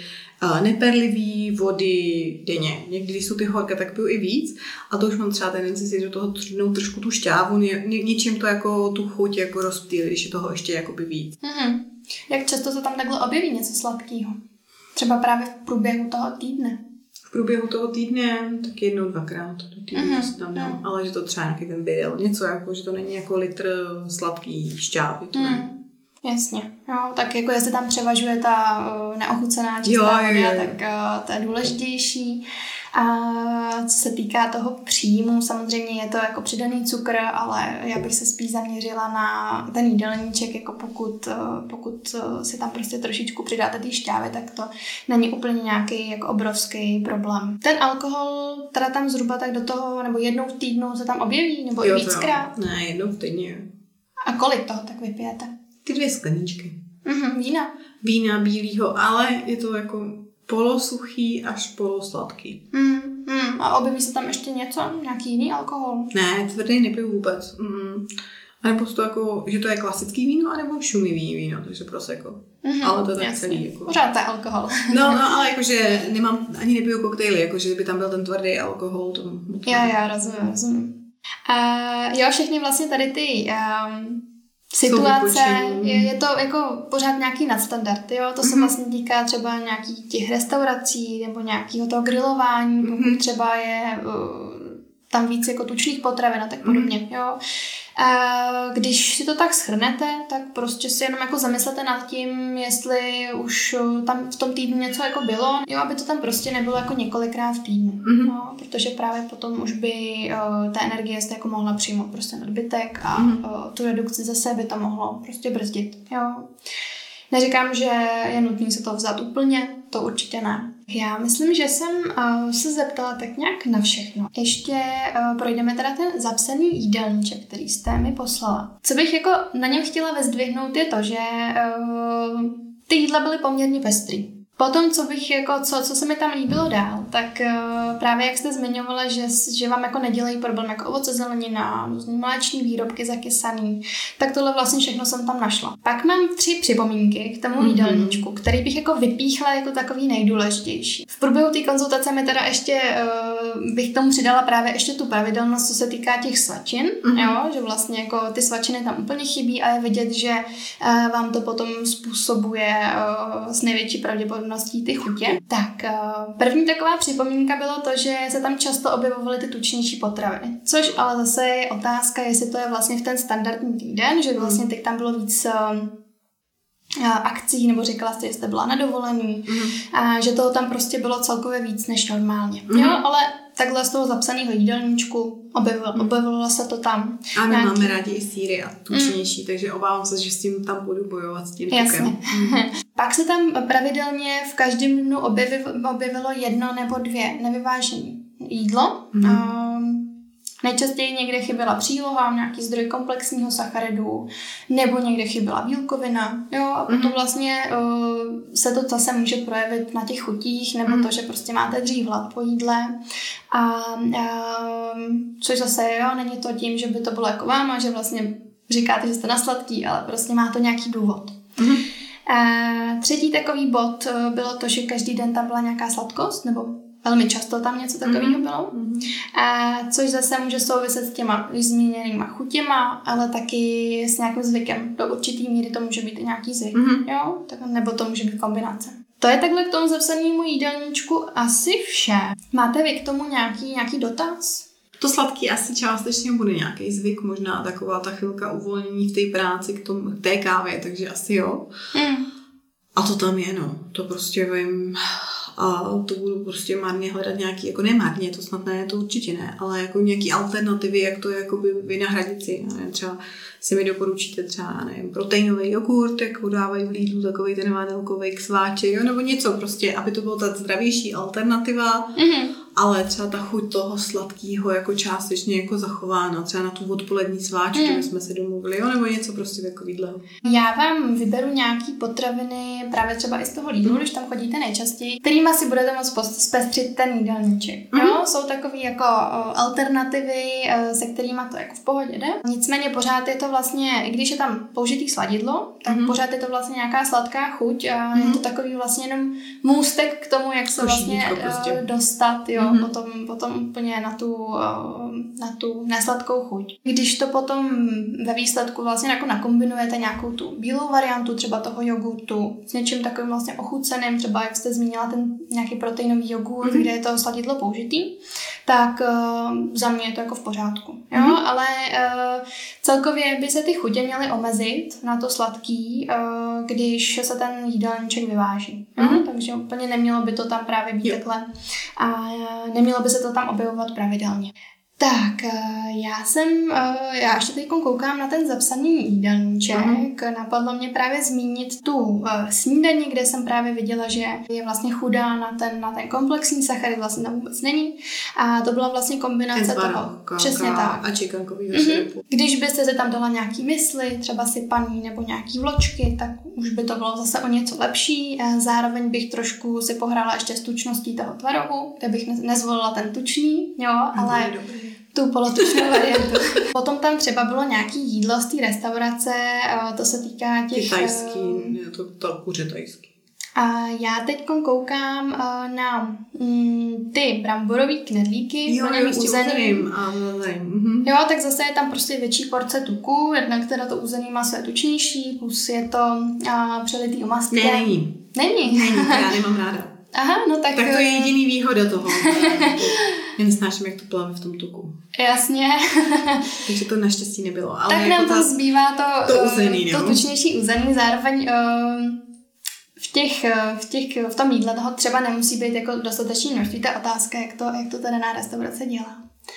Speaker 2: neperlivý vody denně. Někdy, když jsou ty horké, tak piju i víc a to už mám třeba tendenci si do toho třidnout trošku tu šťávu, něčím to jako tu chuť jako rozptýlit, když je toho ještě jakoby víc.
Speaker 1: Jak často se tam takhle objeví něco sladkého? Třeba právě v průběhu toho týdne?
Speaker 2: V průběhu toho týdne tak 1-2krát do týdne se tam dám, ale že to třeba nějaký ten bydel, něco jako, že to není jako litr sladký šťávy.
Speaker 1: Jasně, jo, tak jako jestli tam převažuje ta neochucená čistá voda, tak to je důležitější. A co se týká toho příjmu, samozřejmě je to jako přidaný cukr, ale já bych se spíš zaměřila na ten jídelníček, jako pokud si tam prostě trošičku přidáte ty šťávy, tak to není úplně nějaký jako obrovský problém. Ten alkohol teda tam zhruba tak do toho, nebo jednou v týdnu se tam objeví, nebo i víckrát?
Speaker 2: Ne, jednou v týdně.
Speaker 1: A kolik toho tak vypijete?
Speaker 2: Ty 2 skleničky.
Speaker 1: Vína?
Speaker 2: Vína bílýho, ale je to jako polosuchý až polosladký.
Speaker 1: A objeví se tam ještě něco? Nějaký jiný alkohol?
Speaker 2: Ne, tvrdý nepiju vůbec. A nebo to jako, že to je klasický víno, anebo šumivý víno, takže prosecco. Ale to je tak celý. Jako...
Speaker 1: Pořád to je alkohol.
Speaker 2: No, ale jakože nemám, ani nepiju koktejly, jakože by tam byl ten tvrdý alkohol. To...
Speaker 1: Já rozumím. Jo, všechny vlastně tady ty... situace, je to jako pořád nějaký nadstandard, jo? To se vlastně týká třeba nějakých těch restaurací nebo nějakého toho grilování, pokud třeba je tam víc jako tučných potravin a tak podobně, jo? Když si to tak shrnete, tak prostě si jenom jako zamyslete nad tím, jestli už tam v tom týdnu něco jako bylo, jo, aby to tam prostě nebylo jako několikrát v týdnu, no, protože právě potom už by ta energie jste jako mohla přijmout prostě nadbytek a tu redukci zase by to mohlo prostě brzdit, jo. Neříkám, že je nutné se to vzat úplně, to určitě ne. Já myslím, že jsem se zeptala tak nějak na všechno. Ještě projdeme teda ten zapsaný jídelníček, který jste mi poslala. Co bych jako na něm chtěla vyzdvihnout je to, že ty jídla byly poměrně pestrý. Potom, co se mi tam líbilo dál, tak právě jak jste zmiňovala, že vám jako nedělají problém jako ovoce, zelenina, různý mléčný výrobky zakysaný, tak tohle vlastně všechno jsem tam našla. Pak mám 3 připomínky k tomu jídelníčku, který bych jako vypíchla jako takový nejdůležitější. V průběhu té konzultace mi teda ještě bych k tomu přidala právě ještě tu pravidelnost, co se týká těch svačin, jo, že vlastně jako ty svačiny tam úplně chybí a je vidět, že vám to potom způsobuje s největší pravděpodobností ty chutě. Tak první taková připomínka bylo to, že se tam často objevovaly ty tučnější potraviny. Což ale zase je otázka, jestli to je vlastně v ten standardní týden, že vlastně teď tam bylo víc akcí, nebo říkala jste, že jste byla na dovolený, a že toho tam prostě bylo celkově víc než normálně. Jo, ale takhle z toho zapsaného jídelníčku objevilo se to tam.
Speaker 2: A my máme rádi i sýry a tučnější, takže obávám se, že s tím tam budu bojovat s tím tukem.
Speaker 1: Pak se tam pravidelně v každém dnu objevilo 1 nebo 2 nevyvážené jídlo. Nejčastěji někde chyběla příloha, nějaký zdroj komplexního sacharidu, nebo někde chyběla bílkovina. Jo, a potom vlastně se to zase může projevit na těch chutích, nebo to, že prostě máte dřív hlad po jídle. Což zase není to tím, že by to bylo jako vám a že vlastně říkáte, že jste na sladký, ale prostě má to nějaký důvod. Třetí takový bod bylo to, že každý den tam byla nějaká sladkost, nebo velmi často tam něco takového bylo. Což zase může souviset s těma zmíněnýma chutěma, ale taky s nějakým zvykem. Do určitý míry to může být i nějaký zvyk. Jo? Tak, nebo to může být kombinace. To je takhle k tomu zapsanému jídelníčku asi vše. Máte vy k tomu nějaký dotaz?
Speaker 2: To sladký asi částečně bude nějaký zvyk, možná taková ta chvilka uvolnění v té práci k té kávě, takže asi jo. A to tam je, no. To prostě vím... A to budu prostě marně hledat nějaký, jako nemarně, to snad ne, to určitě ne, ale jako nějaký alternativy, jak to jakoby vynahradit si. Nevím, třeba si mi doporučíte třeba, nevím, proteinový jogurt, jak ho dávají v Lidlu, takovej ten vádelkovej k sváči, jo, nebo něco prostě, aby to bylo ta zdravější alternativa ale třeba ta chuť toho sladkého jako částečně jako zachována, třeba na tu odpolední sváčku, kdyby jsme se domluvili, jo, nebo něco prostě takovýhle.
Speaker 1: Já vám vyberu nějaký potraviny právě třeba i z toho Lidlu, když tam chodíte nejčastěji, kterýma si budete moct zpestřit ten jídelníček. Jo? Jsou takový jako alternativy, se kterýma to jako v pohodě jde. Nicméně pořád je to vlastně, i když je tam použitý sladidlo, tak pořád je to vlastně nějaká sladká chuť a je to takový vlastně jenom můstek k tomu, jak se vlastně prostě dostat, jo, potom úplně na tu nesladkou chuť. Když to potom ve výsledku vlastně jako nakombinujete nějakou tu bílou variantu třeba toho jogurtu s něčím takovým vlastně ochuceným, třeba jak jste zmínila ten nějaký proteinový jogurt, kde je to sladidlo použitý, tak za mě je to jako v pořádku. Jo? Ale celkově by se ty chutě měly omezit na to sladký, když se ten jídelníček vyváží. Takže úplně nemělo by to tam právě být takhle a nemělo by se to tam objevovat pravidelně. Tak, já ještě teď koukám na ten zapsaný jídelníček. Napadlo mě právě zmínit tu snídani, kde jsem právě viděla, že je vlastně chudá na ten komplexní sacharid, vlastně tam vůbec není. A to byla vlastně kombinace toho. Přesně tak.
Speaker 2: A čekankovýho syrupu.
Speaker 1: Když byste se tam dala nějaký mysli, třeba sypaný nebo nějaký vločky, tak už by to bylo zase o něco lepší. Zároveň bych trošku si pohrála ještě s tučností toho tvarohu, kde bych nezvolila ten tučný, jo, ale tu polotučnou variantu. Potom tam třeba bylo nějaký jídlo z té restaurace, to se týká těch...
Speaker 2: tajský, to kuře tajský.
Speaker 1: A já teď koukám na ty bramborový knedlíky, plně uzeným. Jo, tak zase je tam prostě větší porce tuku, jednak teda to uzený maso je tučnější, plus je to přelitý omastě. Není,
Speaker 2: to já nemám ráda.
Speaker 1: Aha, no tak...
Speaker 2: Tak to je jediný výhoda toho. Já nesnáším, jak to plave v tom tuku.
Speaker 1: Jasně.
Speaker 2: Takže to naštěstí nebylo. Ale
Speaker 1: tak
Speaker 2: jako
Speaker 1: nám to zbývá
Speaker 2: to uzený,
Speaker 1: to tučnější uzený, zároveň v tom jídle toho třeba nemusí být jako dostatečný množství. Ta otázka, jak to ta daná restaurace dělá.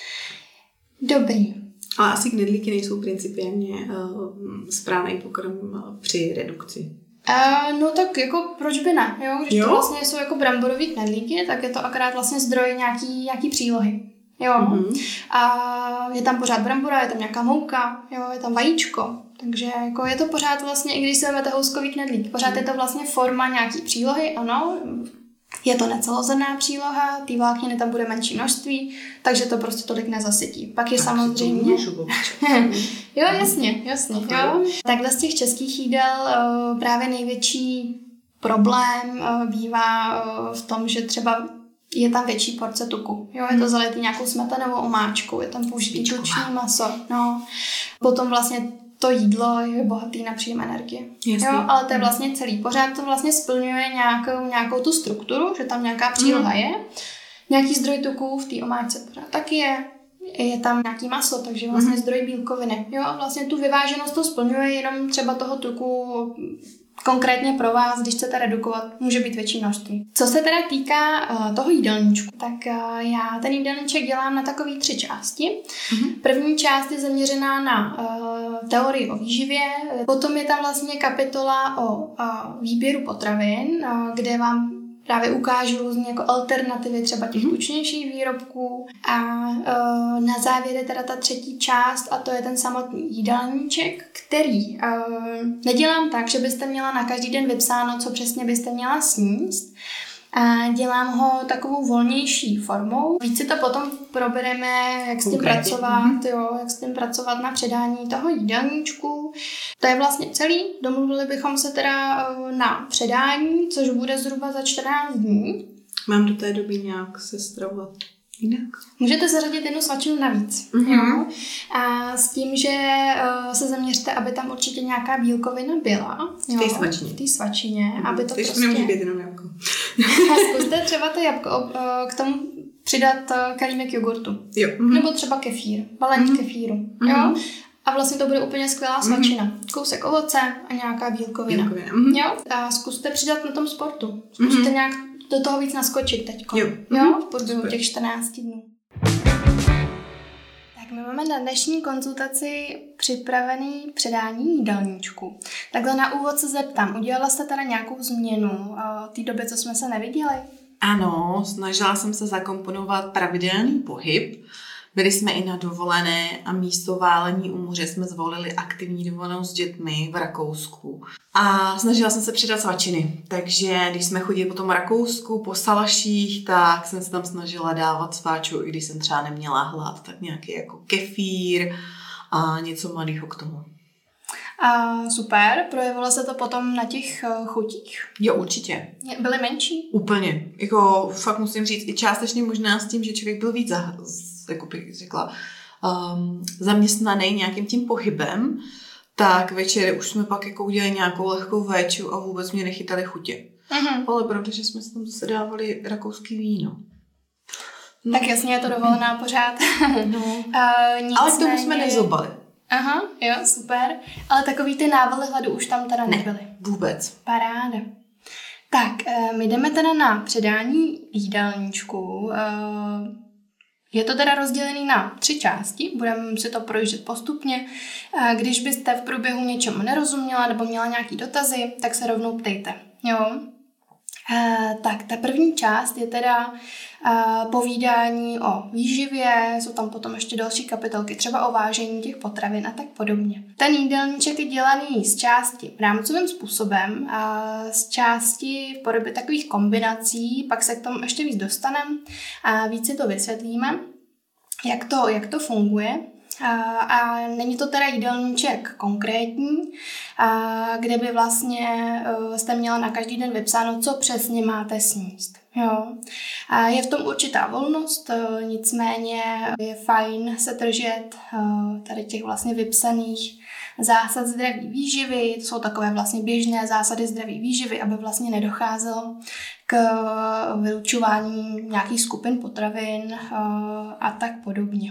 Speaker 1: Dobrý.
Speaker 2: Ale asi knedlíky nejsou principiálně správný pokrm při redukci.
Speaker 1: No tak jako proč by ne, jo? Když to vlastně jsou jako bramborový knedlíky, tak je to akorát vlastně zdroj nějaký přílohy. Jo. A je tam pořád brambora, je tam nějaká mouka, jo, je tam vajíčko. Takže jako je to pořád vlastně, i když si vezmete houskový knedlík, pořád je to vlastně forma nějaký přílohy, ano. Je to necelozrnná příloha, ty vlákniny tam bude menší množství, takže to prostě tolik nezasytí. Pak je samozřejmě... Jo, jasně. Jo. Takhle z těch českých jídel právě největší problém bývá v tom, že třeba je tam větší porce tuku. Jo, je to zalitý nějakou smetanovou omáčkou, je tam použitý tučný maso. No. Potom vlastně to jídlo je bohatý na příjem energie. Jo, ale to je vlastně celý. Pořád to vlastně splňuje nějakou tu strukturu, že tam nějaká příloha je. Nějaký zdroj tuku v té omáčce pořád taky je tam nějaký maso, takže vlastně zdroj bílkoviny. Jo, a vlastně tu vyváženost to splňuje, jenom třeba toho tuku konkrétně pro vás, když chcete redukovat, může být větší množství. Co se teda týká toho jídelníčku, tak já ten jídelníček dělám na takový 3 části. První část je zaměřená na teorii o výživě, potom je tam vlastně kapitola o výběru potravin, kde vám právě ukážu různě jako alternativy třeba těch tučnějších výrobků a na závěr je teda ta 3. část a to je ten samotný jídelníček, který nedělám tak, že byste měla na každý den vypsáno, co přesně byste měla sníst. A dělám ho takovou volnější formou. Víc si to potom probereme, jak s tím pracovat, jak s tím pracovat na předání toho jídelníčku. To je vlastně celý. Domluvili bychom se teda na předání, což bude zhruba za 14 dní.
Speaker 2: Mám do té doby nějak se stravovat jinak?
Speaker 1: Můžete zařadit jednu svačinu navíc. Jo? A s tím, že se zaměřte, aby tam určitě nějaká bílkovina byla. Jo? V té svačině. Aby to
Speaker 2: prostě... nemůže být jenom jabko.
Speaker 1: A zkuste třeba to jabko k tomu přidat kalímek jogurtu.
Speaker 2: Jo.
Speaker 1: Nebo třeba kefír. Balení kefíru. Jo? A vlastně to bude úplně skvělá svačina. Kousek ovoce a nějaká bílkovina. Jo? A zkuste přidat na tom sportu. Zkuste nějak do toho víc naskočit teďko. Jo? V průběhu těch 14 dnů. Tak my máme na dnešní konzultaci připravený předání jídelníčku. Takhle na úvod se zeptám, udělala jste teda nějakou změnu té doby, co jsme se neviděli?
Speaker 2: Ano, snažila jsem se zakomponovat pravidelný pohyb. Byli jsme i na dovolené a místo válení u moře jsme zvolili aktivní dovolenou s dětmi v Rakousku. A snažila jsem se přidat svačiny. Takže když jsme chodili po tom Rakousku, po salaších, tak jsem se tam snažila dávat sváču, i když jsem třeba neměla hlad, tak nějaký jako kefír a něco mladého k tomu.
Speaker 1: A super, projevilo se to potom na těch chutích?
Speaker 2: Jo, určitě.
Speaker 1: Byly menší?
Speaker 2: Úplně. Jako fakt musím říct, i částečně možná s tím, že člověk byl víc, jako bych řekla, zaměstnaný nějakým tím pohybem, tak večer už jsme pak jako udělali nějakou lehkou véču a vůbec mě nechytali chutě. Ale pravda, že jsme si tam zase dávali rakouský víno.
Speaker 1: No. Tak jasně, je to dovolená pořád.
Speaker 2: No. Ale k tomu jsme nezobali.
Speaker 1: Aha, jo, super. Ale takový ty návaly hladu už tam teda nebyly.
Speaker 2: Vůbec.
Speaker 1: Paráda. Tak, my jdeme teda na předání jídelníčku. Je to teda rozdělený na 3 části, budeme si to projíždět postupně. Když byste v průběhu něčemu nerozuměla nebo měla nějaký dotazy, tak se rovnou ptejte. Jo? Tak ta první část je teda povídání o výživě, jsou tam potom ještě další kapitolky, třeba o vážení těch potravin a tak podobně. Ten jídelníček je dělaný z části rámcovým způsobem, z části v podobě takových kombinací, pak se k tomu ještě víc dostaneme a víc si to vysvětlíme, jak to funguje. A není to teda jídelníček konkrétní, kde by vlastně jste měla na každý den vypsáno, co přesně máte sníst. Jo. Je v tom určitá volnost, nicméně je fajn se držet tady těch vlastně vypsaných zásad zdraví výživy. To jsou takové vlastně běžné zásady zdraví výživy, aby vlastně nedocházelo k vylučování nějakých skupin potravin a tak podobně.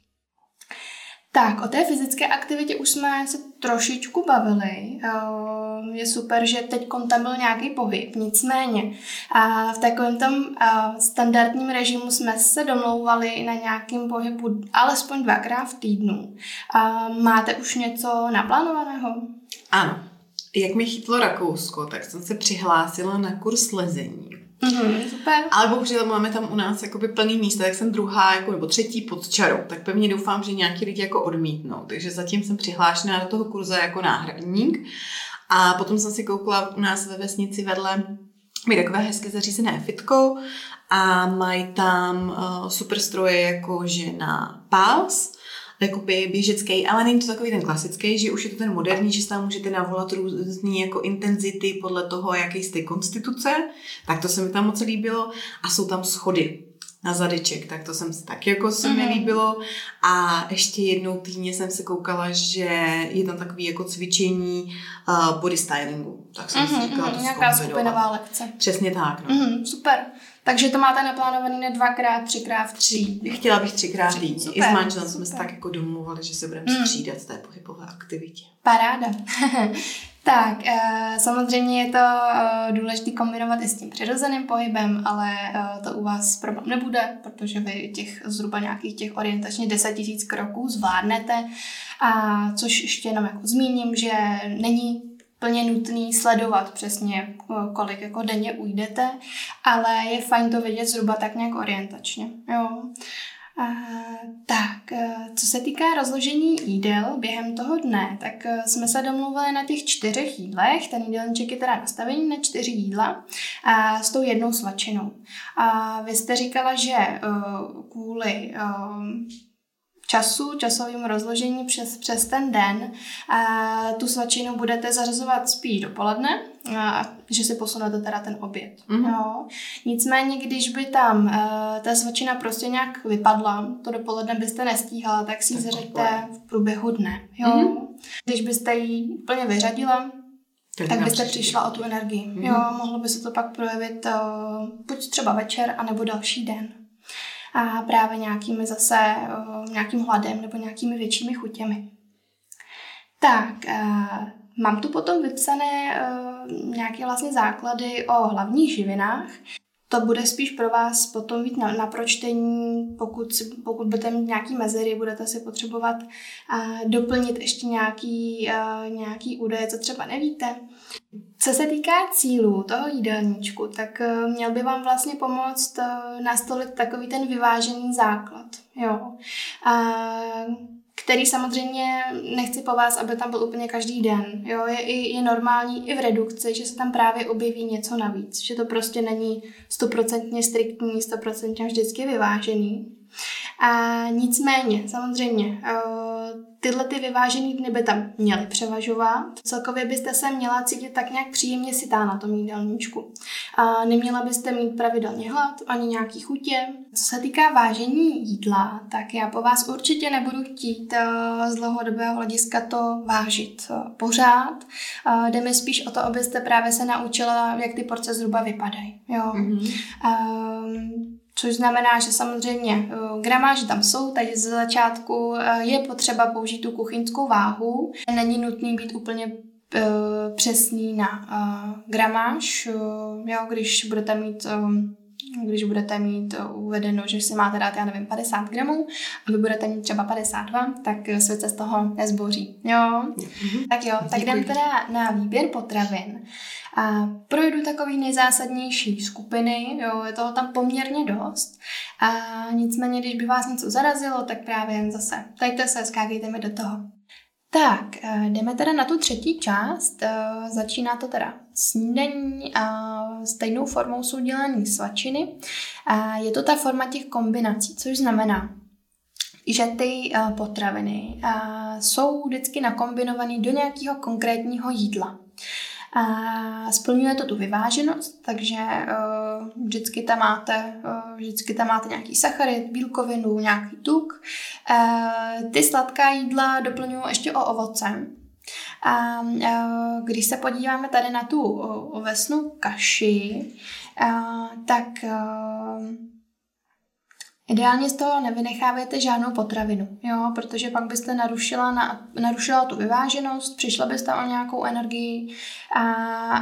Speaker 1: Tak, o té fyzické aktivitě už jsme se trošičku bavili. Je super, že teď tam byl nějaký pohyb, nicméně v takovém tom standardním režimu jsme se domlouvali na nějakém pohybu alespoň 2krát v týdnu. Máte už něco naplánovaného?
Speaker 2: Ano. Jak mi chytlo Rakousko, tak jsem se přihlásila na kurz lezení.
Speaker 1: Super.
Speaker 2: Ale bohužel máme tam u nás jakoby plný místa, tak jsem druhá nebo třetí pod čarou, tak pevně doufám, že nějaký lidi jako odmítnou. Takže zatím jsem přihlášená do toho kurze jako náhradník. A potom jsem si koukala u nás ve vesnici vedle, mají takové hezky zařízené fitko a mají tam super stroje jakože na pás, jakoby běžecký, ale není to takový ten klasický, že už je to ten moderní, že tam můžete navolat různý jako intenzity podle toho, jaký jste konstituce, tak to se mi tam moc líbilo a jsou tam schody na zadeček, tak to jsem si taky jako se mi líbilo a ještě jednou týdně jsem se koukala, že je tam takový jako cvičení body stylingu, tak jsem si říkala, to
Speaker 1: nějaká skupinová lekce.
Speaker 2: Přesně tak. No.
Speaker 1: Super. Takže to máte naplánovaný na 2x, 3x v týdni.
Speaker 2: Chtěla bych 3x týdně. I s manželem jsme se tak jako domluvali, že se budeme střídat v té pohybové aktivitě.
Speaker 1: Paráda. Tak, samozřejmě je to důležité kombinovat i s tím přirozeným pohybem, ale to u vás problém nebude, protože vy zhruba nějakých těch orientačně 10 000 kroků zvládnete, což ještě jenom jako zmíním, že není plně nutný sledovat přesně, kolik jako denně ujdete, ale je fajn to vědět zhruba tak nějak orientačně. Jo. Tak, co se týká rozložení jídel během toho dne, tak jsme se domluvili na těch 4 jídlech. Ten jídelníček je teda nastavený na 4 jídla s tou jednou svačinou. Vy jste říkala, že kvůli časovým rozložení přes ten den tu svačinu budete zařazovat spíš dopoledne, že si posunete teda ten oběd. Jo. Nicméně, když by tam ta svačina prostě nějak vypadla, to dopoledne byste nestíhala, tak si ji zařaďte v průběhu dne. Jo. Když byste ji úplně vyřadila, tak byste přišla o tu energii. Jo, mohlo by se to pak projevit buď třeba večer, anebo další den. A právě nějakým hladem nebo nějakými většími chutěmi. Tak, mám tu potom vypsané nějaké vlastně základy o hlavních živinách. to bude spíš pro vás potom víc na pročtení, pokud budete mít nějaký mezery, budete si potřebovat doplnit ještě nějaký údaje, co třeba nevíte. Co se týká cílů toho jídelníčku, tak měl by vám vlastně pomoct nastolit takový ten vyvážený základ, jo. Který samozřejmě nechci po vás, aby tam byl úplně každý den. Jo? Je normální i v redukci, že se tam právě objeví něco navíc. Že to prostě není 100% striktní, 100% vždycky vyvážený. A nicméně, samozřejmě, tyhle ty vyvážený dny by tam měly převažovat. Celkově byste se měla cítit tak nějak příjemně sytá na tom jídelníčku. A neměla byste mít pravidelně hlad, ani nějaký chutě. Co se týká vážení jídla, tak já po vás určitě nebudu chtít z dlouhodobého hlediska to vážit pořád. Jde mi spíš o to, abyste právě se naučila, jak ty porce zhruba vypadají. Jo? Což znamená, že samozřejmě gramáže tam jsou, takže ze začátku je potřeba použít tu kuchyňskou váhu. Není nutný být úplně přesný na gramáž, jo, když budete mít uvedeno, že si máte dát, 50 gramů a vy budete mít třeba 52, tak svět se z toho nezboří. Jo? Tak jo, tak jdem teda na výběr potravin. A projdu takový nejzásadnější skupiny, jo, je toho tam poměrně dost. A nicméně, když by vás něco zarazilo, tak právě jen zase tajte se, skákejte mi do toho. Tak, jdeme teda na tu třetí část. Začíná to teda snídaní a stejnou formou jsou dělané svačiny. Je to ta forma těch kombinací, což znamená, že ty potraviny jsou vždycky nakombinované do nějakého konkrétního jídla. A splňuje to tu vyváženost, takže vždycky tam máte nějaký sacharid, bílkovinu, nějaký tuk. Ty sladká jídla doplňují ještě o ovoce. A když se podíváme tady na tu ovesnou kaši, tak ideálně z toho nevynechávajte žádnou potravinu, jo, protože pak byste narušila tu vyváženost, přišla byste o nějakou energii a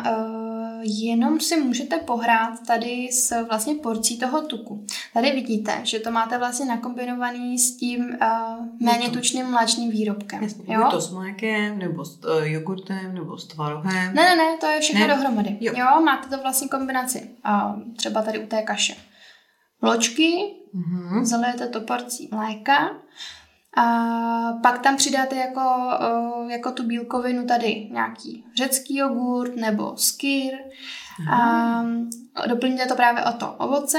Speaker 1: jenom si můžete pohrát tady s vlastně porcí toho tuku. Tady vidíte, že to máte vlastně nakombinovaný s tím méně tučným mléčným výrobkem.
Speaker 2: Jasně, buď to s mlékem, nebo s jogurtem, nebo s tvarohem.
Speaker 1: Ne, to je všechno dohromady. Jo, máte to vlastně kombinaci. Třeba tady u té kaše. Vločky, zalijete to porcí mléka a pak tam přidáte jako tu bílkovinu tady nějaký řecký jogurt nebo skyr a doplníte to právě o to ovoce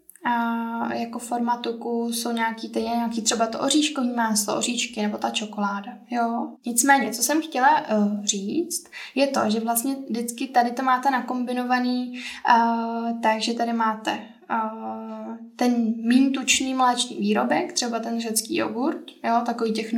Speaker 1: a jako forma tuku jsou nějaký třeba to oříškový máslo, oříšky nebo ta čokoláda. Jo. Nicméně, co jsem chtěla říct, je to, že vlastně vždycky tady to máte nakombinovaný, takže tady máte ten míň tučný mléčný výrobek, třeba ten řecký jogurt, jo, takový těch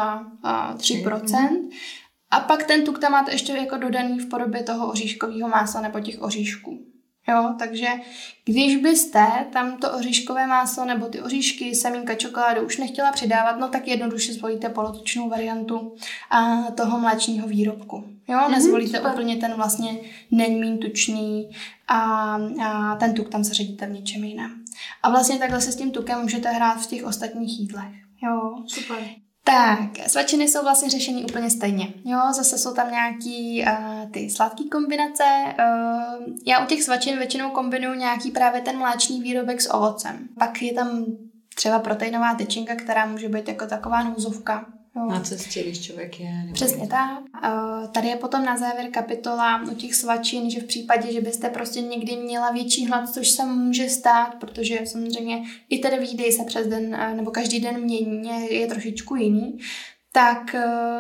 Speaker 1: 0,3%. A pak ten tuk tam máte ještě jako dodaný v podobě toho oříškového másla nebo těch oříšků. Jo, takže když byste tam to oříškové máslo nebo ty oříšky, semínka, čokoládu už nechtěla přidávat, no tak jednoduše zvolíte polotučnou variantu toho mléčního výrobku. Jo, nezvolíte úplně ten vlastně nejméně tučný a ten tuk tam zařadíte v něčem jiném. A vlastně takhle se s tím tukem můžete hrát v těch ostatních jídlech. Jo,
Speaker 2: super.
Speaker 1: Tak, svačiny jsou vlastně řešení úplně stejně. Jo, zase jsou tam nějaký ty sladké kombinace. Já u těch svačin většinou kombinuju nějaký právě ten mléčný výrobek s ovocem. Pak je tam třeba proteinová tyčinka, která může být jako taková nouzovka. Jo.
Speaker 2: Na cestě, když člověk je.
Speaker 1: Přesně tak. Tady je potom na závěr kapitola u těch svačin, že v případě, že byste prostě někdy měla větší hlad, což se může stát, protože samozřejmě i tedy výdej se přes den nebo každý den mění, je trošičku jiný, tak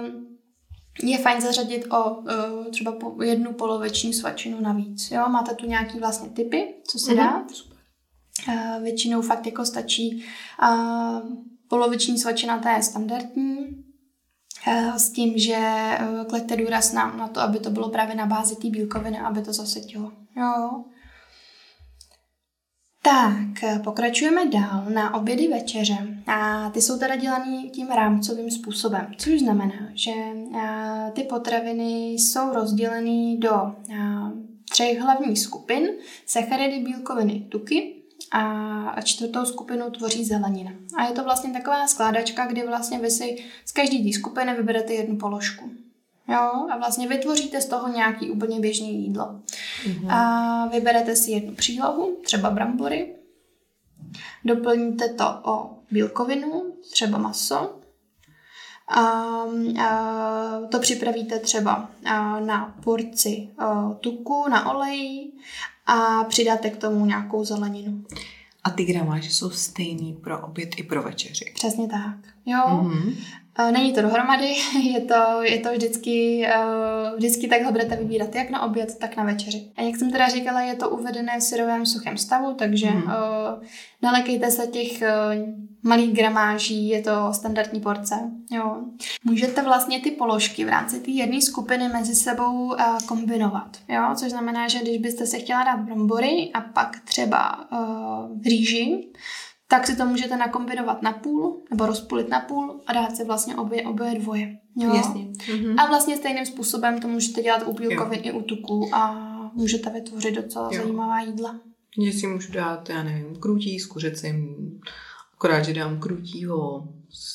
Speaker 1: je fajn zařadit třeba jednu poloviční svačinu navíc. Jo? Máte tu nějaký vlastně typy, co si dát. Většinou fakt jako stačí poloviční svačina, ta je standardní, s tím, že kleďte důraz na to, aby to bylo právě na bázi té bílkoviny, aby to zasytilo. Jo. Tak, pokračujeme dál na obědy, večeře. A ty jsou teda dělaný tím rámcovým způsobem, což znamená, že ty potraviny jsou rozdělený do 3 hlavních skupin, sacharidy, bílkoviny, tuky a 4. skupinu tvoří zelenina. A je to vlastně taková skládačka, kdy vlastně vy si z každé té skupiny vyberete jednu položku. Jo, a vlastně vytvoříte z toho nějaký úplně běžný jídlo. A vyberete si jednu přílohu, třeba brambory, doplníte to o bílkovinu, třeba maso, a to připravíte třeba na porci tuku, na olej a přidáte k tomu nějakou zeleninu.
Speaker 2: A ty gramáže jsou stejný pro oběd i pro večeři.
Speaker 1: Přesně tak. Jo. Není to dohromady, je to vždycky takhle budete vybírat jak na oběd, tak na večeři. A jak jsem teda říkala, je to uvedené v syrovém suchém stavu, takže nelekejte se těch malých gramáží, je to standardní porce. Jo. Můžete vlastně ty položky v rámci té jedné skupiny mezi sebou kombinovat, jo? Což znamená, že když byste se chtěla dát brambory a pak třeba rýži, tak si to můžete nakombinovat na půl, nebo rozpůlit na půl a dát si vlastně oboje dvoje. Jo?
Speaker 2: Jasně.
Speaker 1: A vlastně stejným způsobem to můžete dělat u bílkovin i u tuku a můžete vytvořit docela zajímavá jídla.
Speaker 2: Já si můžu dát, já nevím, krůtí s kuřecím, akorát, že dám krůtího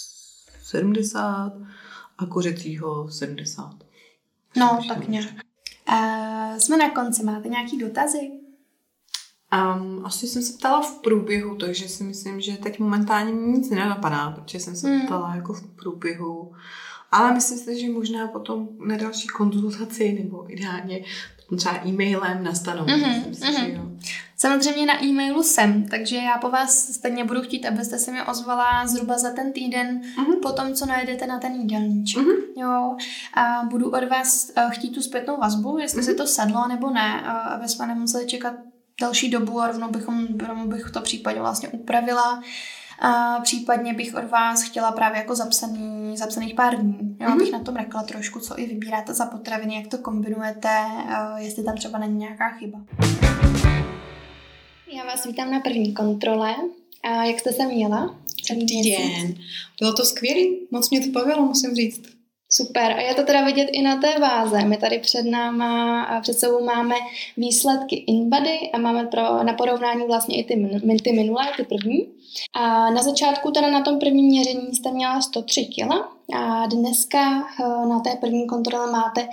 Speaker 2: 70 a kuřecího 70.
Speaker 1: No, tak nějak. Jsme na konci, máte nějaký dotazy?
Speaker 2: Asi jsem se ptala v průběhu, takže si myslím, že teď momentálně nic nenapadá, protože jsem se ptala jako v průběhu. Ale myslím si, že možná potom na další konzultaci nebo ideálně potom třeba e-mailem nastanou. Myslím si, že jo.
Speaker 1: Samozřejmě na e-mailu jsem, takže já po vás stejně budu chtít, abyste se mi ozvala zhruba za ten týden po tom, co najedete na ten jídelníček. Jo. A budu od vás chtít tu zpětnou vazbu, jestli se to sadlo nebo ne, aby jsme nemuseli čekat další dobu a rovnou bych to případně vlastně upravila. A případně bych od vás chtěla právě jako zapsaných pár dní. Jo, abych na tom řekla trošku, co i vybíráte za potraviny, jak to kombinujete, jestli tam třeba není nějaká chyba. Já vás vítám na první kontrole. A jak jste se měla?
Speaker 2: Dobrý den. Bylo to skvělý, moc mě to bavilo, musím říct.
Speaker 1: Super. A je to teda vidět i na té váze. My tady před sebou máme výsledky InBody a máme na porovnání vlastně i ty minulé, ty první. A na začátku teda na tom prvním měření jste měla 103 kg a dneska na té první kontrole máte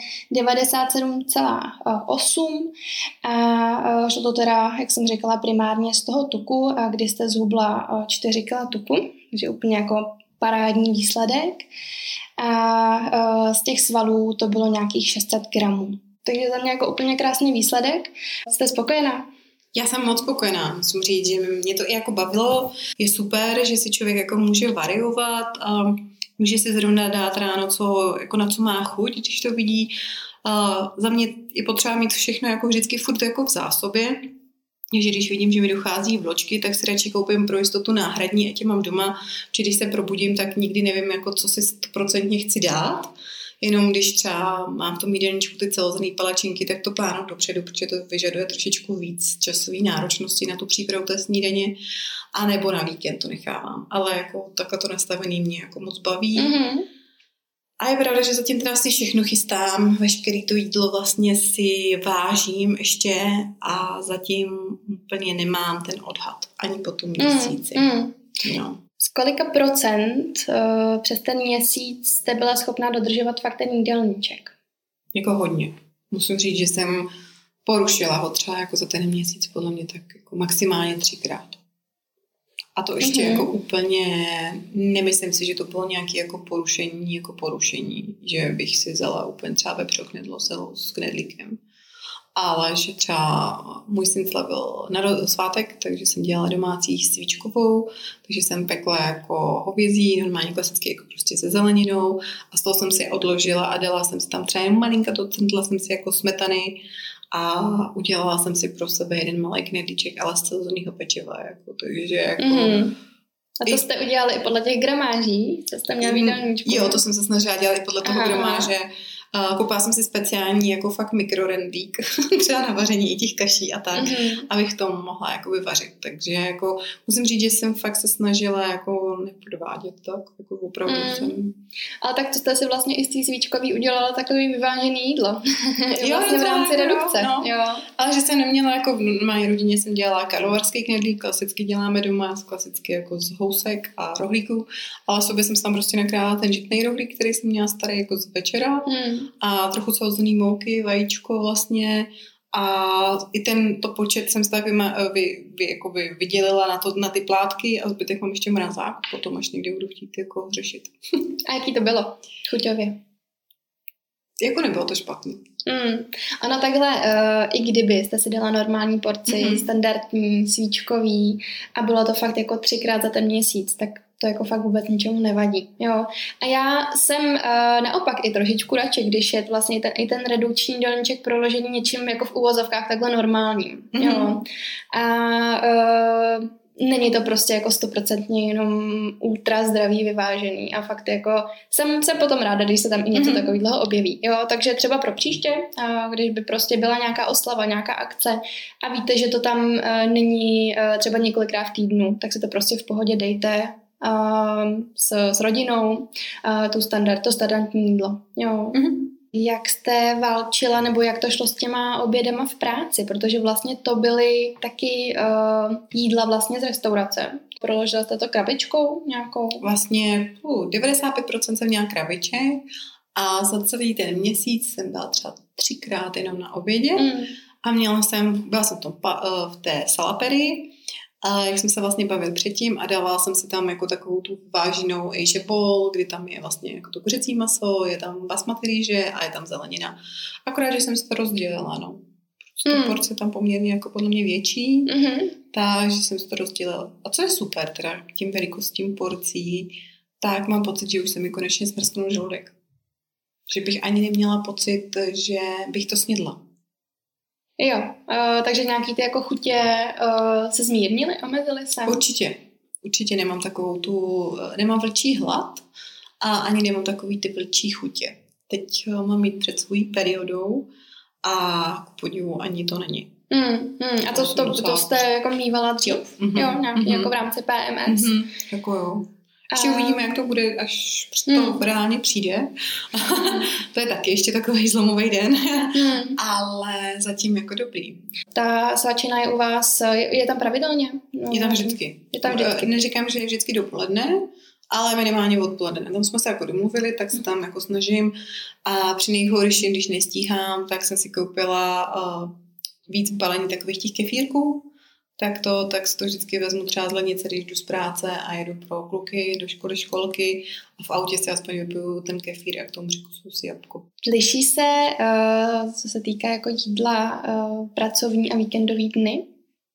Speaker 1: 97,8 a šlo to teda, jak jsem říkala, primárně z toho tuku, kdy jste zhubla 4 kg tuku, takže úplně jako parádní výsledek. A z těch svalů to bylo nějakých 600 gramů. Takže za mě jako úplně krásný výsledek. Jste spokojená?
Speaker 2: Já jsem moc spokojená. Musím říct, že mě to i jako bavilo. Je super, že si člověk jako může variovat a může si zrovna dát ráno, na co má chuť, když to vidí. Za mě je potřeba mít všechno jako vždycky furt jako v zásobě. Že když vidím, že mi dochází vločky, tak si radši koupím pro jistotu náhradní, ať je mám doma. Či když se probudím, tak nikdy nevím, jako co si 100% chci dát. Jenom když třeba mám v tom jídelníčku ty celozrnné palačinky, tak to plánuju dopředu, protože to vyžaduje trošičku víc časové náročnosti na tu přípravu té snídaně. A nebo na víkend to nechávám. Ale jako takhle to nastavený mě jako moc baví. A je pravda, že zatím teda si všechno chystám, veškerý to jídlo vlastně si vážím ještě a zatím úplně nemám ten odhad ani po tom měsíci. No.
Speaker 1: Z kolika procent přes ten měsíc jste byla schopná dodržovat fakt ten jídelníček?
Speaker 2: Jako hodně. Musím říct, že jsem porušila ho třeba jako za ten měsíc podle mě tak jako maximálně 3krát. A to ještě jako úplně, nemyslím si, že to bylo nějaké jako porušení, že bych si vzala úplně třeba vepřoknedlo s knedlíkem. Ale že třeba můj syn slavil na svátek, takže jsem dělala domácí svíčkovou, takže jsem pekla jako hovězí, normálně klasicky jako prostě se zeleninou a z toho jsem si odložila a dala jsem si tam třeba jen malinka, docentla jsem si jako smetany a udělala jsem si pro sebe jeden malý knedlíček, ale z celozrnného pečiva, jako, takže jako...
Speaker 1: A to jste udělali i podle těch gramáží, co jste měla v jídelníčku?
Speaker 2: Jo, to jsem se snažila dělat i podle toho gramáže. Koupila jsem si speciální jako fakt mikrorendík, třeba na vaření i těch kaší a tak, abych to mohla jako vyvařit. Takže jako musím říct, že jsem fakt se snažila jako nepodvádět tak, jako opravdu jsem.
Speaker 1: Ale tak to jste si vlastně i z té svíčkový udělala takový vyvážený jídlo.
Speaker 2: Jo,
Speaker 1: vlastně v rámci redukce.
Speaker 2: Jo. Ale že jsem neměla jako v mé rodině jsem dělala karlovarský knedlík, klasicky děláme doma, klasicky jako z housek a rohlíků, ale sobě jsem tam prostě nakrájela ten žitnej rohlík, který jsem měla starý jako z večera a trochu celozrnný mouky, vajíčko vlastně a i to počet jsem si tak vydělila na ty plátky a zbytek mám ještě mrazák, potom až někdy budu chtít jako řešit.
Speaker 1: A jaký to bylo chuťově?
Speaker 2: Jako nebylo to špatný.
Speaker 1: Ano, takhle, i kdyby jste si dala normální porci, standardní, svíčkový a bylo to fakt jako 3krát za ten měsíc, tak to jako fakt vůbec ničemu nevadí. Jo. A já jsem naopak i trošičku radši, když je vlastně i ten redukční doplňček proložený něčím jako v uvozovkách takhle normálním. Jo. A není to prostě jako 100% jenom ultra zdravý, vyvážený a fakt jako jsem potom ráda, když se tam i něco takového objeví. Jo, takže třeba pro příště, když by prostě byla nějaká oslava, nějaká akce a víte, že to tam není třeba několikrát v týdnu, tak si to prostě v pohodě dejte s rodinou, to standardní jídlo. Jo. Jak jste válčila, nebo jak to šlo s těma obědama v práci, protože vlastně to byly taky jídla vlastně z restaurace. Proložila jste to krabičkou nějakou? Vlastně
Speaker 2: 95% jsem měla krabiček a za celý ten měsíc jsem byla třeba 3krát jenom na obědě a byla jsem v té salaperii, a jak jsme se vlastně bavili předtím a dávala jsem si tam jako takovou tu váženou Asia bowl, kdy tam je vlastně jako to kuřecí maso, je tam basmati rýže a je tam zelenina. Akorát, že jsem si to rozdělila, no. Porce tam poměrně jako podle mě větší, takže jsem si to rozdělila. A co je super teda k tím velikostím porcí, tak mám pocit, že už se mi konečně smrsknul žaludek. Že bych ani neměla pocit, že bych to snědla.
Speaker 1: Jo, takže nějaký ty jako chutě se zmírnily, omezily se?
Speaker 2: Určitě nemám nemám vlčí hlad a ani nemám takový ty vlčí chutě. Teď mám jít před svou periodou a k podivu ani to není.
Speaker 1: A to jste jako mývala dřív? Jo, nějaký jako v rámci PMS?
Speaker 2: Jako jo. Ještě uvidíme, jak to bude, až to reálně přijde. To je taky ještě takový zlomový den. Ale zatím jako dobrý.
Speaker 1: Ta svačina je u vás, je tam pravidelně?
Speaker 2: Je tam vždycky. Neříkám, že je vždycky dopoledne, ale minimálně odpoledne. Tam jsme se jako domluvili, tak se tam jako snažím. A při nejhorším, když nestíhám, tak jsem si koupila víc balení takových těch kefírků. Tak si to vždycky vezmu třeba z lednice, když jdu z práce a jedu pro kluky do školky a v autě si aspoň vypiju ten kefír a k tomu přikusu si jabko.
Speaker 1: Liší se, co se týká jako jídla, pracovní a víkendový dny?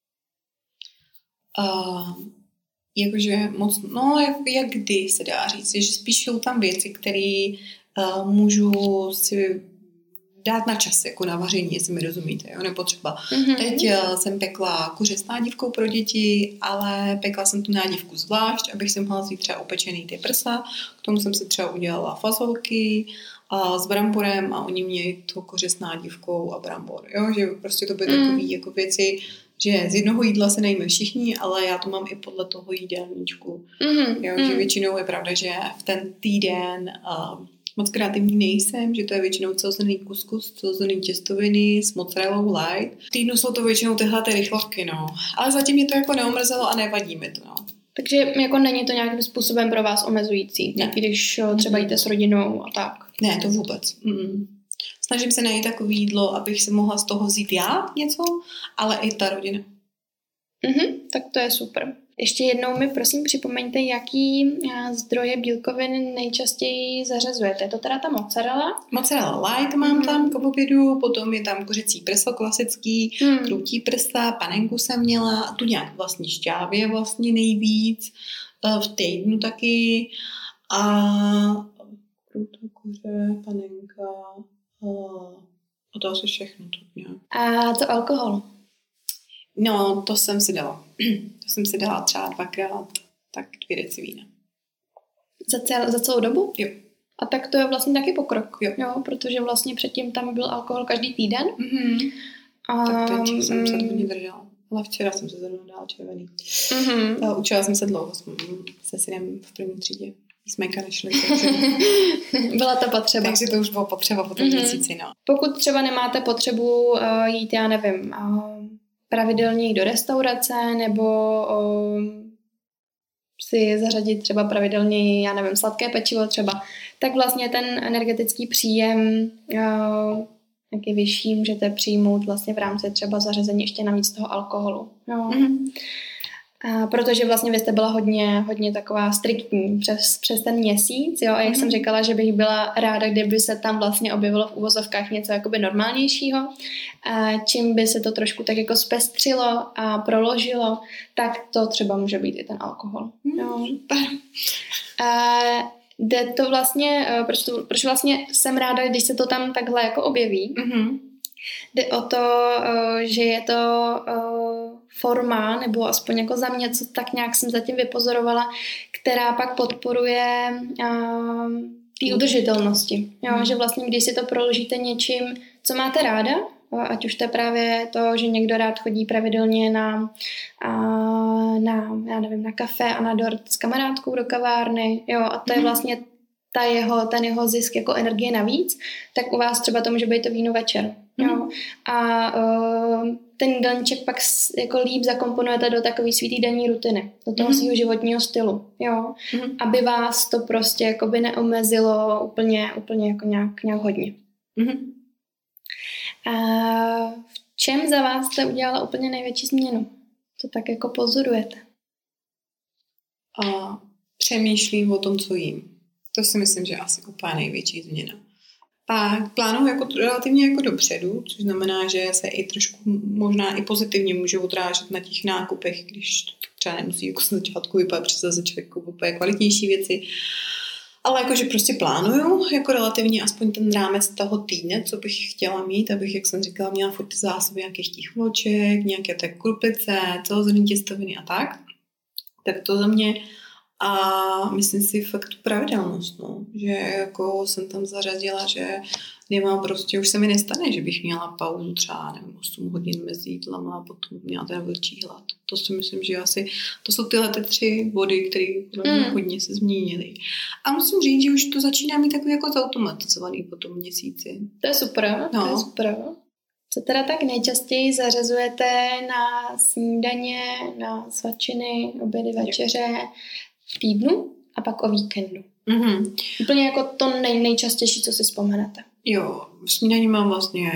Speaker 2: Jakože moc, jak kdy se dá říct, že spíš jsou tam věci, které můžu si dát na čas, jako na vaření, jestli mi rozumíte, jo, nebo třeba teď jsem pekla kuře s nádívkou pro děti, ale pekla jsem tu nádívku zvlášť, abych si mohla vzít třeba upečený ty prsa, k tomu jsem si třeba udělala fazolky s bramborem a oni měli to kuře s nádívkou a brambor, jo, že prostě to byly takový jako věci, že z jednoho jídla se najíme všichni, ale já to mám i podle toho jídelníčku, jo, že většinou je pravda, že v ten týden moc kreativní nejsem, že to je většinou celozrnný kuskus, celozrnný těstoviny s mozzarellou light. V týdnu jsou to většinou tyhle ty rychlovky, no. Ale zatím mě to jako neomrzelo a nevadí mi to, no.
Speaker 1: Takže jako není to nějakým způsobem pro vás omezující, ne. Když třeba jíte s rodinou a tak?
Speaker 2: Ne, to vůbec. Snažím se najít takové jídlo, abych si mohla z toho vzít já něco, ale i ta rodina.
Speaker 1: Tak to je super. Ještě jednou mi prosím připomeňte, jaký zdroje bílkovin nejčastěji zařazujete. Je to teda ta mozzarella?
Speaker 2: Mozzarella light mám tam k obědu, potom je tam kuřecí prso klasický, krutí prsa, panenku jsem měla, tu nějak vlastní šťávě vlastně nejvíc, v týdnu taky a krutá kuře, panenka a to asi všechno.
Speaker 1: A to alkohol?
Speaker 2: No, to jsem si dala. To jsem si dala třeba 2krát, tak 2 deci vína.
Speaker 1: Za celou dobu?
Speaker 2: Jo.
Speaker 1: A tak to je vlastně taky pokrok, jo, protože vlastně předtím tam byl alkohol každý týden.
Speaker 2: Mm-hmm. Tak teď jsem se hodně držela. Ale včera jsem se zrovna dala červený. Mm-hmm. Učila jsem se dlouho se synem v první třídě. Jsme nešli.
Speaker 1: Byla to potřeba.
Speaker 2: Takže to už bylo potřeba po tom měsíci, no.
Speaker 1: Pokud třeba nemáte potřebu jít, já nevím, pravidelně jít do restaurace, nebo si zařadit třeba pravidelně, já nevím, sladké pečivo třeba, tak vlastně ten energetický příjem, jak je vyšší, můžete přijmout vlastně v rámci třeba zařazení ještě navíc toho alkoholu. Jo. Protože vlastně vy jste byla hodně taková striktní přes ten měsíc, jo, a jak jsem říkala, že bych byla ráda, kdyby se tam vlastně objevilo v uvozovkách něco jakoby normálnějšího, čím by se to trošku tak jako zpestřilo a proložilo, tak to třeba může být i ten alkohol. Jo. Jde to vlastně, proč vlastně jsem ráda, když se to tam takhle jako objeví. Jde o to, že je to forma, nebo aspoň jako za mě, co tak nějak jsem zatím vypozorovala, která pak podporuje té udržitelnosti. Jo? Že vlastně, když si to proložíte něčím, co máte ráda, ať už to je právě to, že někdo rád chodí pravidelně na já nevím, na kafe a na dort s kamarádkou do kavárny, jo, a to je vlastně ten jeho zisk jako energie navíc, tak u vás třeba to může být to víno večer. Jo. A ten jídelníček pak jako líp zakomponujete do takový svý týdenní rutiny, do toho svého životního stylu, jo, aby vás to prostě jakoby neomezilo úplně jako nějak hodně. A v čem za vás jste udělala úplně největší změnu? To tak jako pozorujete?
Speaker 2: A přemýšlím o tom, co jím. To si myslím, že je asi úplně největší změna. Pak plánuju jako relativně jako dopředu, což znamená, že se i trošku možná i pozitivně můžu odrážet na těch nákupech, když to třeba nemusí jako z začátku vypadat, přes zase člověk kupuje kvalitnější věci. Ale jakože prostě plánuju jako relativně aspoň ten rámec toho týdne, co bych chtěla mít, abych, jak jsem říkala, měla furt ty zásoby nějakých těch vloček, nějaké té krupice, celozrnné těstoviny a tak. Tak to za mě. A myslím si fakt tu pravidelnost, no. Že jako jsem tam zařadila, že nemám prostě, už se mi nestane, že bych měla pauzu třeba, nevím, 8 hodin mezi jídlama a potom měla ten velký hlad. To si myslím, že asi, to jsou tyhle 3 body, které hodně se změnily. A musím říct, že už to začíná mít takový jako zautomatizovaný po tom měsíci.
Speaker 1: To je super,
Speaker 2: no.
Speaker 1: To je super. Co teda tak nejčastěji zařazujete na snídaně, na svačiny, obědy, večeře, v týdnu a pak o víkendu? Úplně jako to nejčastější, co si vzpomenete.
Speaker 2: Jo, v snídaní mám vlastně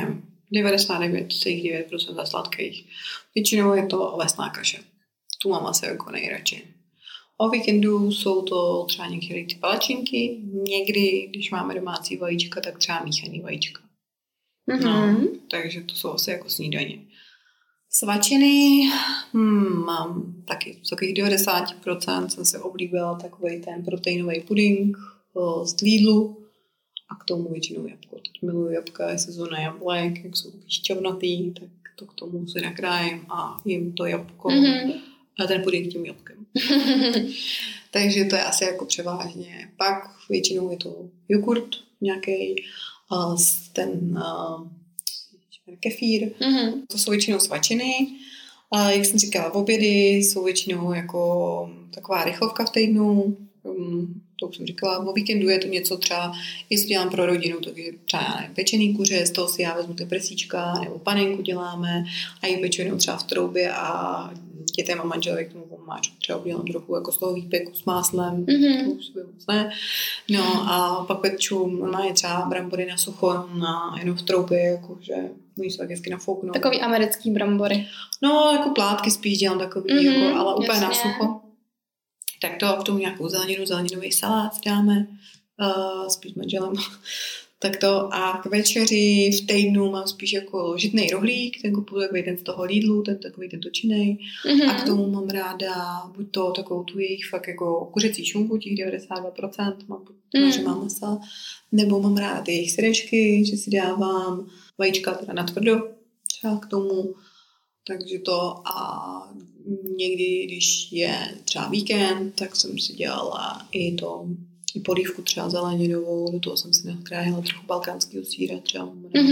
Speaker 2: 99,9% sladkých. Většinou je to lesná kaše. Tu mám asi jako nejradši. O víkendu jsou to třeba některé ty palačinky. Někdy, když máme domácí vajíčka, tak třeba míchaný vajíčka. No, takže to jsou asi jako snídaně. Svačiny mám taky z takových 90%, jsem se oblíbila takový ten proteinový puding z Lidlu a k tomu většinou jabko. Teď miluji jabka, je sezóna jablek, jak jsou šťavnatý, tak to k tomu si nakrájím a jim to jabko a ten puding tím jabkem. Takže to je asi jako převážně. Pak většinou je to jogurt nějaký, ten kefír. To jsou většinou svačiny. A jak jsem říkala, v obědy jsou většinou jako taková rychlovka v týdnu. To už jsem říkala, o víkendu je to něco třeba, jestli dělám pro rodinu, takže třeba nevím, pečený kuře, z toho si já vezmu ty prsíčka, nebo panenku děláme a ji peču třeba v troubě a dětem a manželovi k tomu pomáču. Třeba udělám trochu jako z toho výpeku s máslem, to už by moc ne. No a pak peču normálně třeba brambory na sucho, jenom v troubě, jakože můj se tak hezky nafouknout.
Speaker 1: Takový americký brambory.
Speaker 2: No, jako plátky spíš dělám takový, jako, ale úplně na sucho. Tak to k tomu nějakou zeleninový salát dáme, spíš manželem. Tak to a k večeři v týdnu mám spíš jako žitnej rohlík, ten kupuju takový ten z toho Lidlu, ten takový ten točenej. A k tomu mám ráda buď to takovou tu jejich fakt jako kuřecí šunku, těch 92%, mám mám masa, nebo mám ráda ty jejich syrečky, že si dávám vajíčka teda natvrdo třeba k tomu. Takže to a někdy, když je třeba víkend, tak jsem si dělala i to i polívku třeba zeleninovou, do toho jsem si nakrájela trochu balkánského sýra třeba.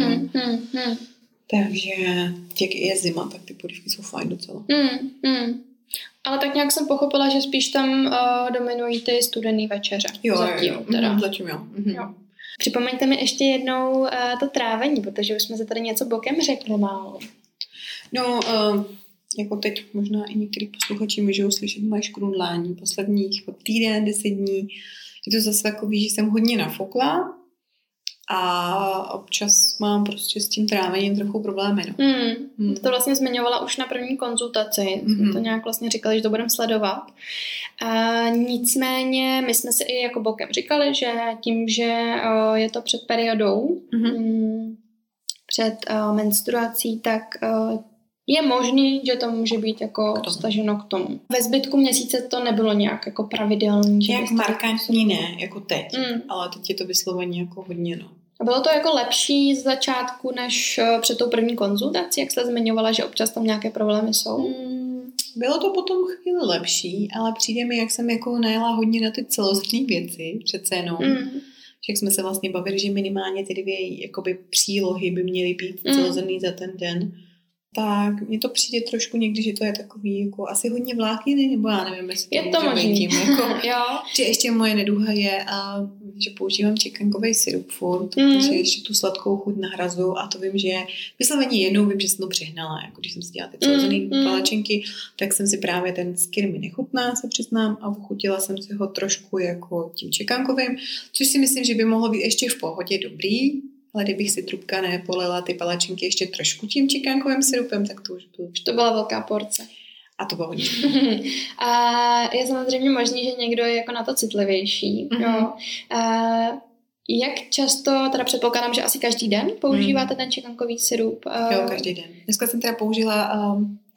Speaker 2: Takže jak je zima, tak ty polívky jsou fajn docela.
Speaker 1: Ale tak nějak jsem pochopila, že spíš tam dominují ty studený večeře. Zatím.
Speaker 2: Zatím jo.
Speaker 1: Jo. Připomeňte mi ještě jednou to trávení, protože už jsme se tady něco bokem řekli málo.
Speaker 2: No, jako teď možná i některý posluchači můžou slyšet moje škrundlání posledních týden, 10 dní. Je to zase takový, že jsem hodně nafukla a občas mám prostě s tím trávením trochu problémy. No.
Speaker 1: To vlastně zmiňovala už na první konzultaci. To nějak vlastně říkali, že to budeme sledovat. Nicméně my jsme si i jako bokem říkali, že tím, že je to před periodou, před menstruací, tak je možný, že to může být jako staženo k tomu. Ve zbytku měsíce to nebylo nějak jako pravidelný.
Speaker 2: Nějak markantní ne, jako teď. Ale teď je to vysloveně jako hodně, no.
Speaker 1: A bylo to jako lepší z začátku, než před tou první konzultací, jak jste zmiňovala, že občas tam nějaké problémy jsou?
Speaker 2: Bylo to potom chvíli lepší, ale přijde mi, jak jsem jako najela hodně na ty celozrnné věci, přece jenom. Jak jsme se vlastně bavili, že minimálně ty 2 jakoby přílohy by měly být celozrnný za ten den. Tak mně to přijde trošku někdy, že to je takový jako asi hodně vlákniny, nebo já nevím, jestli
Speaker 1: je to možný.
Speaker 2: Že ještě moje neduha je, že používám čekankový syrup furt, že ještě tu sladkou chuť nahrazu a to vím, že vysloveně jednou vím, že jsem to přehnala, jako když jsem si dělala ty celozrnný palačinky, tak jsem si právě ten skyr mi nechutná, se přiznám, a ochutila jsem si ho trošku jako tím čekankovým, což si myslím, že by mohlo být ještě v pohodě dobrý. Ale kdybych si trubka nepolela ty palačinky ještě trošku tím čekánkovým syrupem, tak to už bylo.
Speaker 1: Už to byla velká porce.
Speaker 2: A to bylo hodně.
Speaker 1: A je samozřejmě možný, že někdo je jako na to citlivější. Jo. Jak často, teda předpokládám, že asi každý den používáte ten čekankový syrup?
Speaker 2: Jo, každý den. Dneska jsem teda použila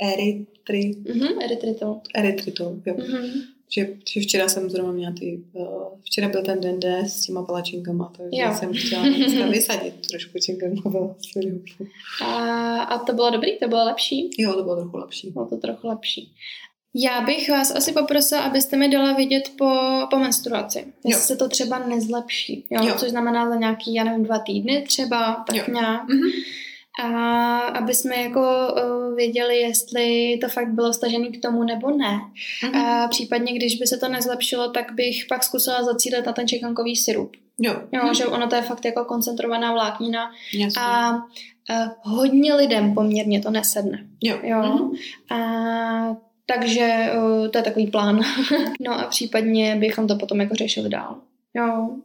Speaker 2: erytritol, jo. Že včera jsem zrovna měla včera byl ten den D s těma palačinkama, takže jsem chtěla dneska vysadit trošku čekankového syrupu.
Speaker 1: A to bylo dobrý? To bylo lepší?
Speaker 2: Jo, to bylo trochu lepší.
Speaker 1: Bylo to trochu lepší. Já bych vás asi poprosila, abyste mi dala vidět po menstruaci. Jestli se to třeba nezlepší. Jo? Což znamená za nějaký, 2 týdny třeba, tak nějak. A aby jsme jako věděli, jestli to fakt bylo stažené k tomu nebo ne. A případně, když by se to nezlepšilo, tak bych pak zkusila zacílit na ten čekankový syrup. Jo, že ono to je fakt jako koncentrovaná vláknina.
Speaker 2: Jasně.
Speaker 1: A hodně lidem poměrně to nesedne. Jo. Takže to je takový plán. No a případně bychom to potom jako řešili dál. Jo.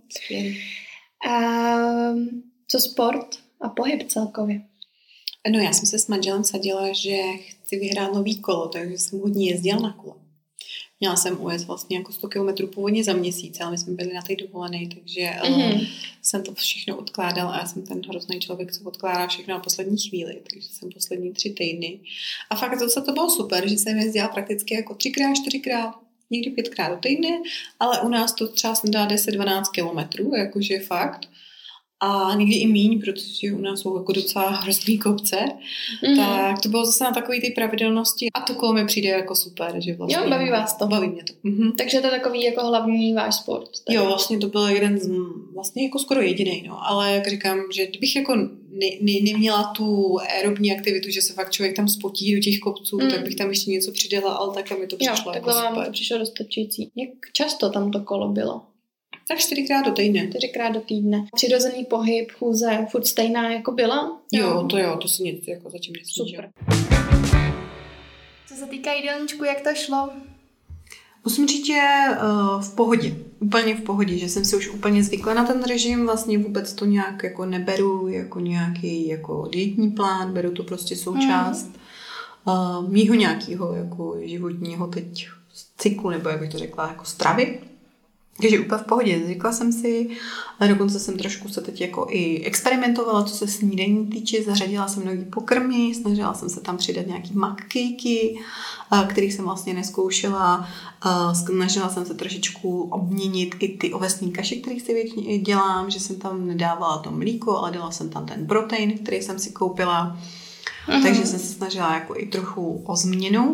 Speaker 1: Co sport a pohyb celkově?
Speaker 2: No, já jsem se s manželem sadila, že chci vyhrát nový kolo, takže jsem hodně jezdila na kole. Měla jsem ujet vlastně jako 100 km původně za měsíc, ale my jsme byli na té dovolené, takže jsem to všechno odkládala a já jsem ten hrozný člověk, co odkládá všechno na poslední chvíli, takže jsem poslední 3 týdny. A fakt to bylo super, že jsem jezdila prakticky jako 3x, 4x, někdy 5x do týdne, ale u nás to třeba jsem dala 10-12 kilometrů, jakože fakt. A někdy i míň, protože u nás jsou jako docela hrozný kopce, tak to bylo zase na takové ty pravidelnosti a to kolo mi přijde jako super, že vlastně.
Speaker 1: Jo, baví vás to.
Speaker 2: Baví mě to.
Speaker 1: Takže to je takový jako hlavní váš sport.
Speaker 2: Tady. Jo, vlastně to byl jeden z, vlastně jako skoro jedinej, no, ale jak říkám, že kdybych jako neměla tu aerobní aktivitu, že se fakt člověk tam spotí do těch kopců, tak bych tam ještě něco přidala, ale takhle mi to přišlo jako super.
Speaker 1: Vám to přišlo dostačující. Jak často tam to kolo bylo?
Speaker 2: Tak 4x do týdne.
Speaker 1: 4x do týdne. Přirozený pohyb, chůze, furt stejná jako byla?
Speaker 2: Jo, to si nic jako zatím nesnížilo.
Speaker 1: Super. Co se týká jídelníčku, jak to šlo?
Speaker 2: Musím říct, že v pohodě. Úplně v pohodě, že jsem si už úplně zvykla na ten režim, vlastně vůbec to nějak jako neberu jako nějaký jako dietní plán, beru to prostě součást mýho nějakého jako životního teď cyklu, nebo jak bych to řekla, jako stravy. Takže úplně v pohodě, zvykla jsem si, ale dokonce jsem trošku se teď jako i experimentovala, co se snídení týče, zařadila jsem nový pokrmy, snažila jsem se tam přidat nějaký cakey, který jsem vlastně nezkoušela, snažila jsem se trošičku obměnit i ty ovesní kaše, které si většině dělám, že jsem tam nedávala to mlíko, ale dala jsem tam ten protein, který jsem si koupila, takže jsem se snažila jako i trochu o změnu.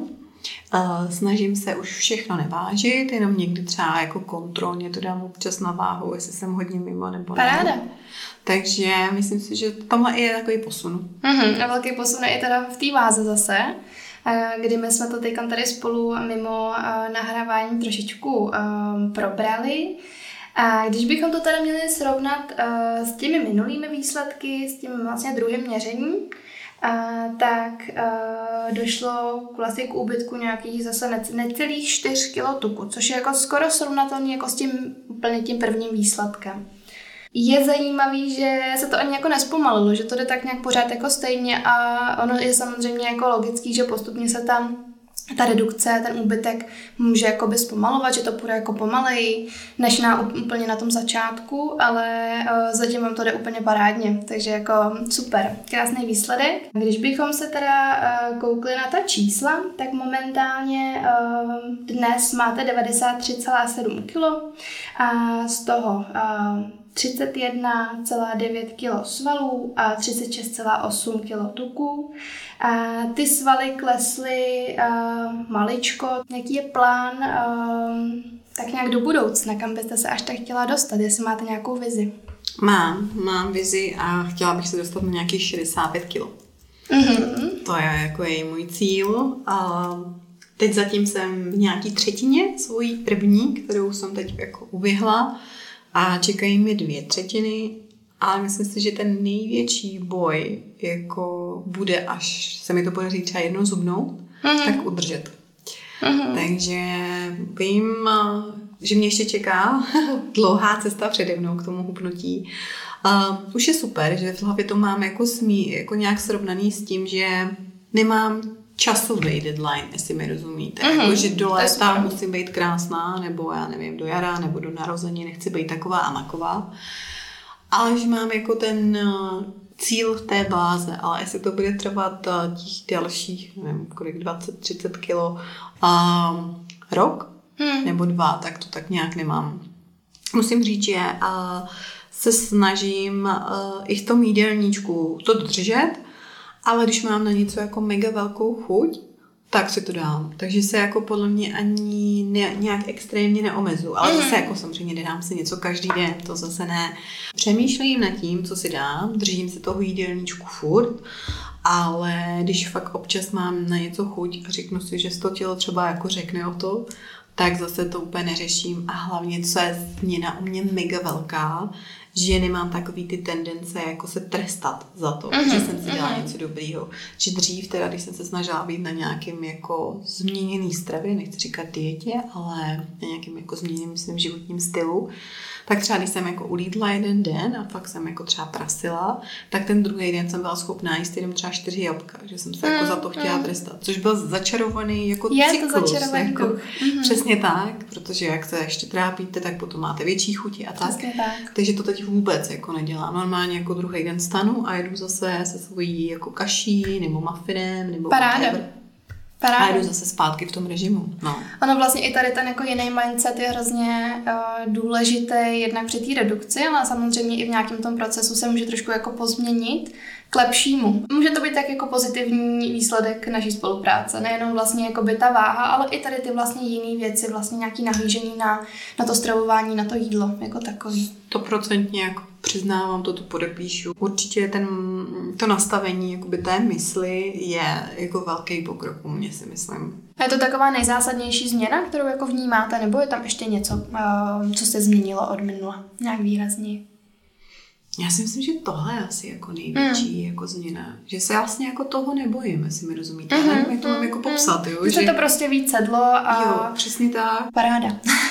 Speaker 2: Snažím se už všechno nevážit, jenom někdy třeba jako kontrolně to dám občas na váhu, jestli jsem hodně mimo nebo ne.
Speaker 1: Paráda.
Speaker 2: Takže myslím si, že tomhle je takový posun.
Speaker 1: A velký posun je teda v té váze zase, kdy my jsme to teď tady spolu mimo nahrávání trošičku probrali. A když bychom to teda měli srovnat s těmi minulými výsledky, s tím vlastně druhým měřením, tak došlo vlastně k úbytku nějakých zase necelých 4 kg tuku, což je jako skoro srovnatelný jako s tím úplně tím prvním výsledkem. Je zajímavý, že se to ani jako nespomalilo, že to jde tak nějak pořád jako stejně a ono je samozřejmě jako logický, že postupně se tam ta redukce, ten úbytek může jakoby zpomalovat, že to půjde jako pomaleji, než úplně na tom začátku, ale zatím vám to jde úplně parádně, takže jako super, krásný výsledek. Když bychom se teda koukli na ta čísla, tak momentálně dnes máte 93,7 kg a z toho 31,9 kg svalů a 36,8 kg tuku. A ty svaly klesly maličko. Jaký je plán tak nějak do budoucna, kam byste se až tak chtěla dostat, jestli máte nějakou vizi?
Speaker 2: Mám vizi a chtěla bych se dostat na nějakých 65 kg. To je jako můj cíl. Teď zatím jsem v nějaký třetině svojí první, kterou jsem teď jako uběhla. A čekají mi 2/3, ale myslím si, že ten největší boj jako bude, až se mi to podaří třeba jednou zubnout, tak udržet. Takže vím, že mě ještě čeká dlouhá cesta přede mnou k tomu hubnutí. Už je super, že v hlavě to mám jako nějak srovnaný s tím, že nemám časový deadline, jestli mi rozumíte. Jako, že do léta musím být krásná, nebo já nevím, do jara, nebo do narození, nechci být taková a maková. Ale že mám jako ten cíl v té báze, ale jestli to bude trvat těch dalších, nevím, kolik, 20-30 kilo rok, nebo 2, tak to tak nějak nemám. Musím říct, že se snažím i v tom jídelníčku to dodržet, ale když mám na něco jako mega velkou chuť, tak si to dám. Takže se jako podle mě ani nějak extrémně neomezu. Ale zase jako samozřejmě nedám si něco každý den, to zase ne. Přemýšlím nad tím, co si dám, držím se toho jídelníčku furt, ale když fakt občas mám na něco chuť a řeknu si, že 100 kilo třeba jako řekne o to, tak zase to úplně neřeším a hlavně, co je změna u mě mega velká, že nemám takový ty tendence jako se trestat za to, že jsem si dělala něco dobrýho. Že dřív teda, když jsem se snažila být na nějakým jako změněný stravě, nechci říkat dietě, ale na nějakým jako změněným svým životním stylu, tak třeba když jsem jako ulídla jeden den a fakt jsem jako třeba prasila, tak ten druhý den jsem byla schopná jíst jenom třeba 4 jablka, že jsem se jako za to chtěla trestat, což byl začarovaný jako cyklus.
Speaker 1: To začarovaný
Speaker 2: jako, přesně tak, protože jak se ještě trápíte, tak potom máte větší chuti a tak. Takže to teď vůbec jako nedělám. Normálně jako druhý den stanu a jedu zase se svojí jako kaší nebo mufinem nebo whatever. A jdu zase zpátky v tom režimu. No.
Speaker 1: Ono vlastně i tady ten jako jiný mindset je hrozně důležitý jednak při té redukci, ale samozřejmě i v nějakém tom procesu se může trošku jako pozměnit k lepšímu. Může to být tak jako pozitivní výsledek naší spolupráce, nejenom vlastně jako by ta váha, ale i tady ty vlastně jiné věci, vlastně nějaký nahlížení na to stravování, na to jídlo jako takový.
Speaker 2: 100% jako přiznávám, to podepíšu. Určitě to nastavení jakoby té mysli je jako velký pokrok u mě, si myslím.
Speaker 1: A je to taková nejzásadnější změna, kterou jako vnímáte, nebo je tam ještě něco, co se změnilo od minula nějak výrazně?
Speaker 2: Já si myslím, že tohle je asi jako největší jako změna. Že se vlastně jako toho nebojím, jestli mi rozumíte. Já nevím, jak to mám jako popsat. Jo?
Speaker 1: Že to prostě víc sedlo a...
Speaker 2: Jo, přesně tak.
Speaker 1: Paráda.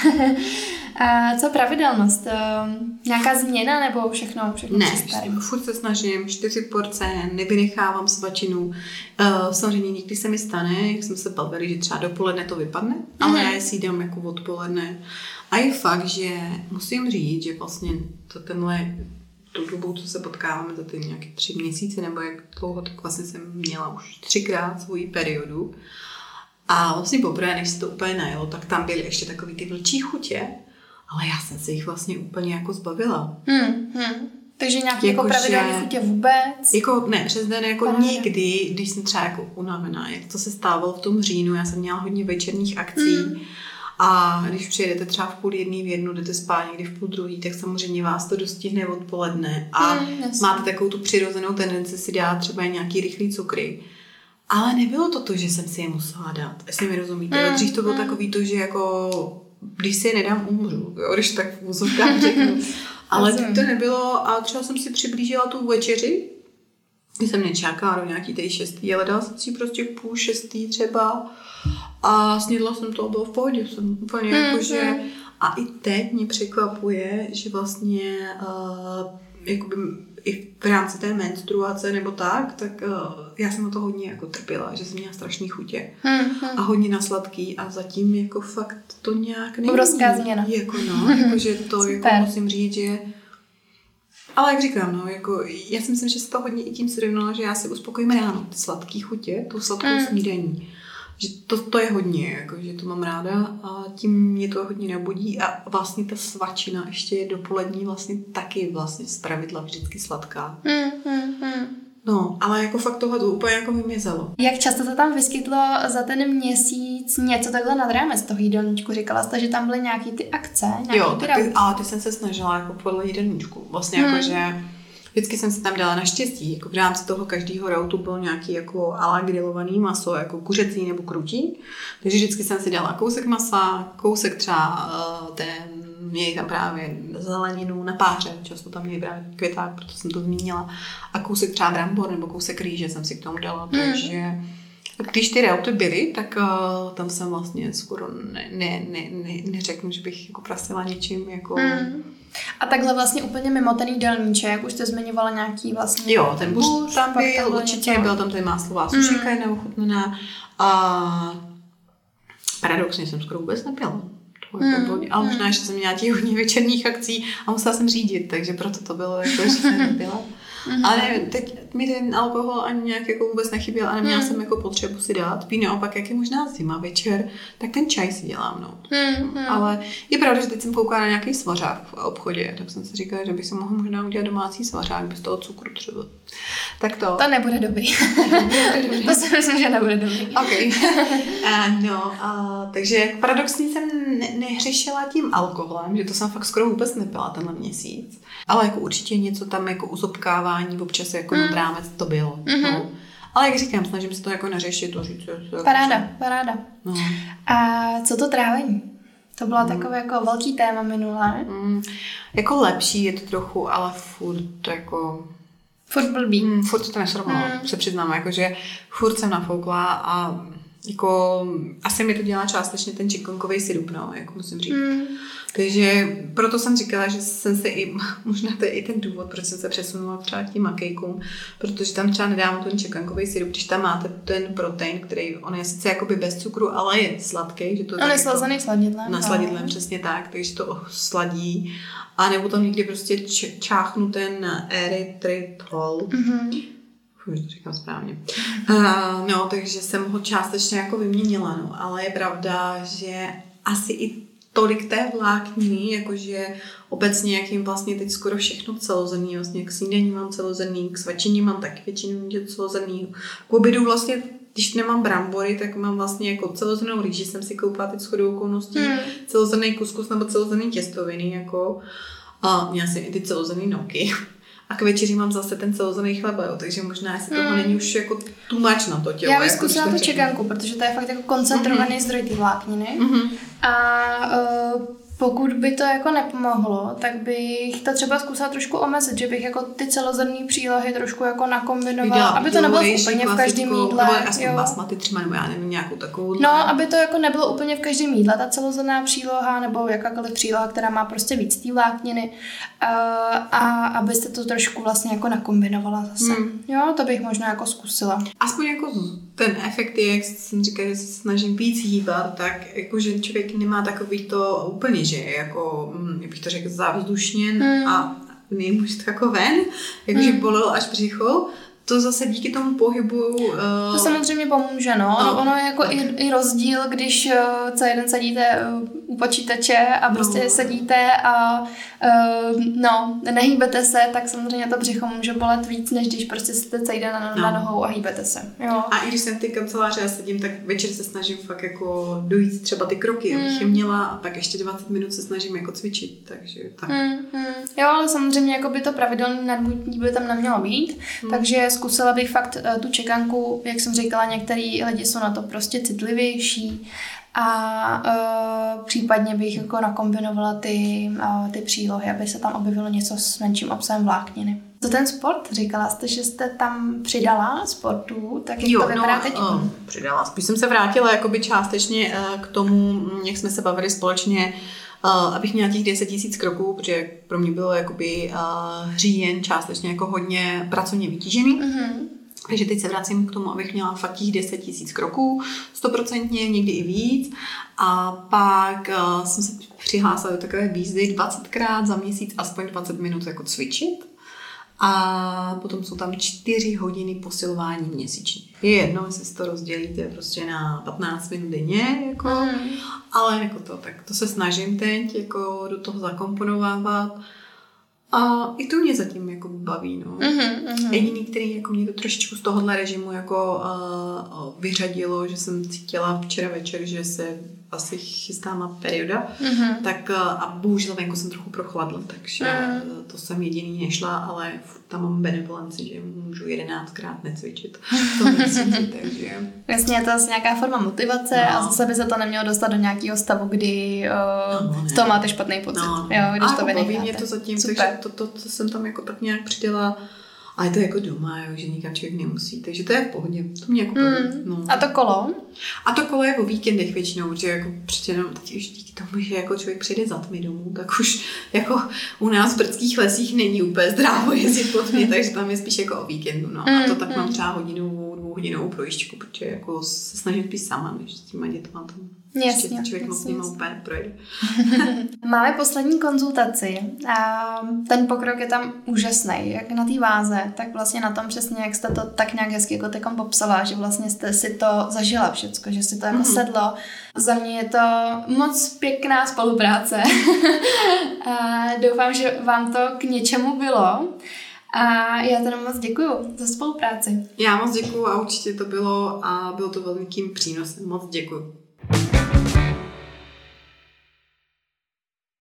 Speaker 1: A co pravidelnost? Nějaká změna nebo všechno
Speaker 2: ne, furt se snažím, 4 porce, nevynechávám svačinu. Samozřejmě někdy se mi stane, jak jsme se bavili, že třeba dopoledne to vypadne, ale já si dám jako odpoledne. A je fakt, že musím říct, že vlastně tu dobu, co se potkáváme za ty nějaké 3 měsíce, nebo jak dlouho, tak vlastně jsem měla už 3krát svoji periodu. A vlastně poprvé, než se to úplně najelo, tak tam byly ještě takový ty vlčí chutě, ale já jsem se jich vlastně úplně jako zbavila.
Speaker 1: Takže nějaký jako pravidelný chutě vůbec?
Speaker 2: Jako ne, přes den jako někdy, když jsem třeba jako unavená, jak to se stávalo v tom říjnu, já jsem měla hodně večerních akcí a když přijedete třeba v 12:30 v 1, jdete spát někdy v 12:30, tak samozřejmě vás to dostihne odpoledne a máte takovou tu přirozenou tendenci si dát třeba nějaký rychlý cukry. Ale nebylo to, že jsem si je musela dát, jestli mi rozumíte. Dřív to bylo takový to, že jako když si je nedám, umřu, jo, když tak v úzovkách řeknu. Ale tak to nebylo a třeba jsem si přiblížila tu večeři, když jsem nečákala do nějaký tej 6, ale dala jsem si prostě 5:30 třeba a snědla jsem to a bylo v pohodě. Jsem úplně jakože... A i teď mě překvapuje, že vlastně jakoby i v rámci té menstruace nebo tak já jsem na to hodně jako trpěla, že jsem měla strašný chutě a hodně na sladký a zatím jako fakt to nějak není.
Speaker 1: Obrovská změna.
Speaker 2: Jako jakože to jako musím říct, že ale jak říkám, jako já si myslím, že se to hodně i tím srovnalo, že já si uspokojím ráno ty sladký chutě, tu sladkou snídaní. Že to je hodně, jako, že to mám ráda a tím mě to hodně nabudí a vlastně ta svačina ještě je dopolední vlastně taky vlastně zpravidla vždycky sladká. No, ale jako fakt tohle to úplně jako vymizelo.
Speaker 1: Jak často to tam vyskytlo za ten měsíc něco takhle nad rámec toho jídelníčku? Říkala jste, že tam byly nějaký ty akce?
Speaker 2: Jo, ale ty jsem se snažila jako podle jídelníčku. Vlastně jako, že vždycky jsem se tam dala naštěstí. Jako v rámci toho každého rautu bylo nějaký jako ala grillovaný maso, jako kuřecí nebo krutí. Takže vždycky jsem si dala kousek masa, kousek třeba měli tam právě zeleninu na páře, často tam měli právě květák, proto jsem to zmínila. A kousek třeba brambor nebo kousek rýže jsem si k tomu dala, takže když ty rauty byly, tak tam jsem vlastně skoro neřeknu, že bych jako prasila něčím jako...
Speaker 1: A takhle vlastně úplně mimo ten jídelníček, už jste zmiňovala nějaký vlastně...
Speaker 2: Jo, ten buřt tam byl, určitě byla tam tady máslová sušenka jedna ochutnaná a paradoxně jsem skoro vůbec nepila. Ale možná, že jsem měla těch hodně večerních akcí a musela jsem řídit, takže proto to bylo jako, že jsem nepila. Ale nevím, teď mi ten alkohol ani nějak jako vůbec nechyběl a neměla jsem jako potřebu si dát. Spíš naopak, jak je možná zima večer, tak ten čaj si dělám, Ale je pravda, že teď jsem koukala na nějaký svařák v obchodě, tak jsem si říkala, že bych si mohla možná udělat domácí svařák bez toho cukru třeba. Tak to.
Speaker 1: To nebude dobrý. To si myslím, že nebude dobrý.
Speaker 2: Okay. Takže paradoxně jsem nehřešila tím alkoholem, že to jsem fakt skoro vůbec nepila tenhle měsíc. Ale jako určitě něco tam jako uzobkávání občas jako nad rámec to bylo. No. Ale jak říkám, snažím se to jako neřešit, to říct.
Speaker 1: Paráda.
Speaker 2: No.
Speaker 1: A co to trávení? To bylo takové jako velký téma minulé.
Speaker 2: Jako lepší je to trochu, ale furt jako...
Speaker 1: Furt blbý.
Speaker 2: Furt to nesrovnalo, se přiznám, jakože furt jsem nafoukla a jako asi mi to dělá částečně ten čikonkový sirup, jako musím říct. Takže proto jsem říkala, že jsem se i, možná to je i ten důvod, proč jsem se přesunula třeba k tím makejkům, protože tam třeba nedávám ten čikonkový sirup, když tam máte ten protein, který, on je sice jakoby bez cukru, ale je sladký. Že to
Speaker 1: on je slazený sladidlem.
Speaker 2: Na sladidlem, přesně tak, takže to sladí. A nebo tam někdy prostě čáchnu ten erythritol. Už to říkám správně. Takže jsem ho částečně jako vyměnila, ale je pravda, že asi i tolik té vlákniny, jakože obecně, jak jim vlastně teď skoro všechno celozrnný, vlastně k snídaní mám celozrnný, k svačině mám taky většinu celozrnný. K obědu vlastně, když nemám brambory, tak mám vlastně jako celozrnnou rýži, jsem si koupila teď shodou okolností, celozrnný kuskus nebo celozrnný těstoviny, jako a měla jsem i ty celozrnný noky. A k večeři mám zase ten celozrnný chleba, takže možná jestli toho není už jako tumač na to tělo.
Speaker 1: Já bych zkusila tu čekanku, protože to je fakt jako koncentrovaný zdroj ty vlákniny. A pokud by to jako nepomohlo, tak bych to třeba zkusila trošku omezit, že bych jako ty celozrnné přílohy trošku jako nakombinovala, aby to nebylo úplně v každém jídle.
Speaker 2: Nebo aspoň basmati třeba, nebo já nevím, nějakou takovou.
Speaker 1: No, aby to jako nebylo úplně v každém jídle, ta celozrnná příloha, nebo jakákoliv příloha, která má prostě víc té vlákniny. A abyste to trošku vlastně jako nakombinovala zase. Jo, to bych možná jako zkusila.
Speaker 2: Aspoň jako ten efekt je, jak jsem říkala, že se snažím víc hýbat, tak jakože člověk nemá takový to úplně, že jako, jak bych to řekl, zavzdušněn a nejmuž jako ven, jakože bolel až břicho, to zase díky tomu pohybu...
Speaker 1: To samozřejmě pomůže, no. Ono je jako i rozdíl, když celý den sedíte u počítače a prostě sedíte a nehýbete se, tak samozřejmě to břicho může bolet víc, než když prostě jste celý den na nohou a hýbete se. Jo.
Speaker 2: A i když jsem v té kanceláři a sedím, tak večer se snažím fakt jako dojít třeba ty kroky, abych je měla, a pak ještě 20 minut se snažím jako cvičit, takže tak.
Speaker 1: Jo, ale samozřejmě jako by to pravidelné nadbudní by tam nemělo být, takže zkusila bych fakt tu čekanku, jak jsem říkala, některý lidi jsou na to prostě citlivější a případně bych jako nakombinovala ty přílohy, aby se tam objevilo něco s menším obsahem vlákniny. To ten sport, říkala jste, že jste tam přidala sportu, tak jak to vypadá teď?
Speaker 2: Přidala. Spíš jsem se vrátila jakoby částečně k tomu, jak jsme se bavili společně, abych měla těch 10 000 kroků, protože pro mě bylo jakoby říjen částečně jako hodně pracovně vytížený. Takže teď se vracím k tomu, abych měla fakt těch 10 000 kroků, 100%, někdy i víc. A pak jsem se přihlásila do takové výzvy 20krát za měsíc, aspoň 20 minut jako cvičit. A potom jsou tam 4 hodiny posilování měsíčně. Je jedno, jestli si to rozdělíte prostě na 15 minut denně, jako, ale jako to se snažím teď jako do toho zakomponovávat. A i to mě zatím jako baví, no. Jediný, který jako mě to trošičku z tohohle režimu jako vyřadilo, že jsem cítila včera večer, že se asi chystá má perioda, tak a bohužel venku jsem trochu prochladla, takže to jsem jediný nešla, ale tam mám benevolenci, že můžu 11krát necvičit. To necvičit, takže...
Speaker 1: Jasně, je to asi nějaká forma motivace a zase by se to nemělo dostat do nějakého stavu, kdy z toho máte špatný pocit. Jo, když to vynecháte.
Speaker 2: Baví mě to zatím, takže to jsem tam jako tak nějak přidala. A je to jako doma, jo, že nikam člověk nemusí, takže to je v pohodě, to mě jako baví. No.
Speaker 1: A to kolo?
Speaker 2: A to kolo je o víkendech většinou, protože jako přece jenom teď už díky tomu, že jako člověk přijde za tmy domů, tak už jako u nás v brdských lesích není úplně zdrávo jezdit po tmě, takže tam je spíš jako o víkendu, no. A to tak mám třeba hodinovou projížďku, protože jako se snažím spíš sama, než s těma dětma tam.
Speaker 1: Jasně,
Speaker 2: člověk moc nima úplně projde.
Speaker 1: Máme poslední konzultaci a ten pokrok je tam úžasný, jak na té váze, tak vlastně na tom přesně, jak jste to tak nějak hezky jako takom popsala, že vlastně jste si to zažila všecko, že si to jako sedlo. Za mě je to moc pěkná spolupráce a doufám, že vám to k něčemu bylo. A já teda moc děkuju za spolupráci.
Speaker 2: Já moc děkuju a určitě to bylo a bylo to velkým přínosem. Moc děkuju.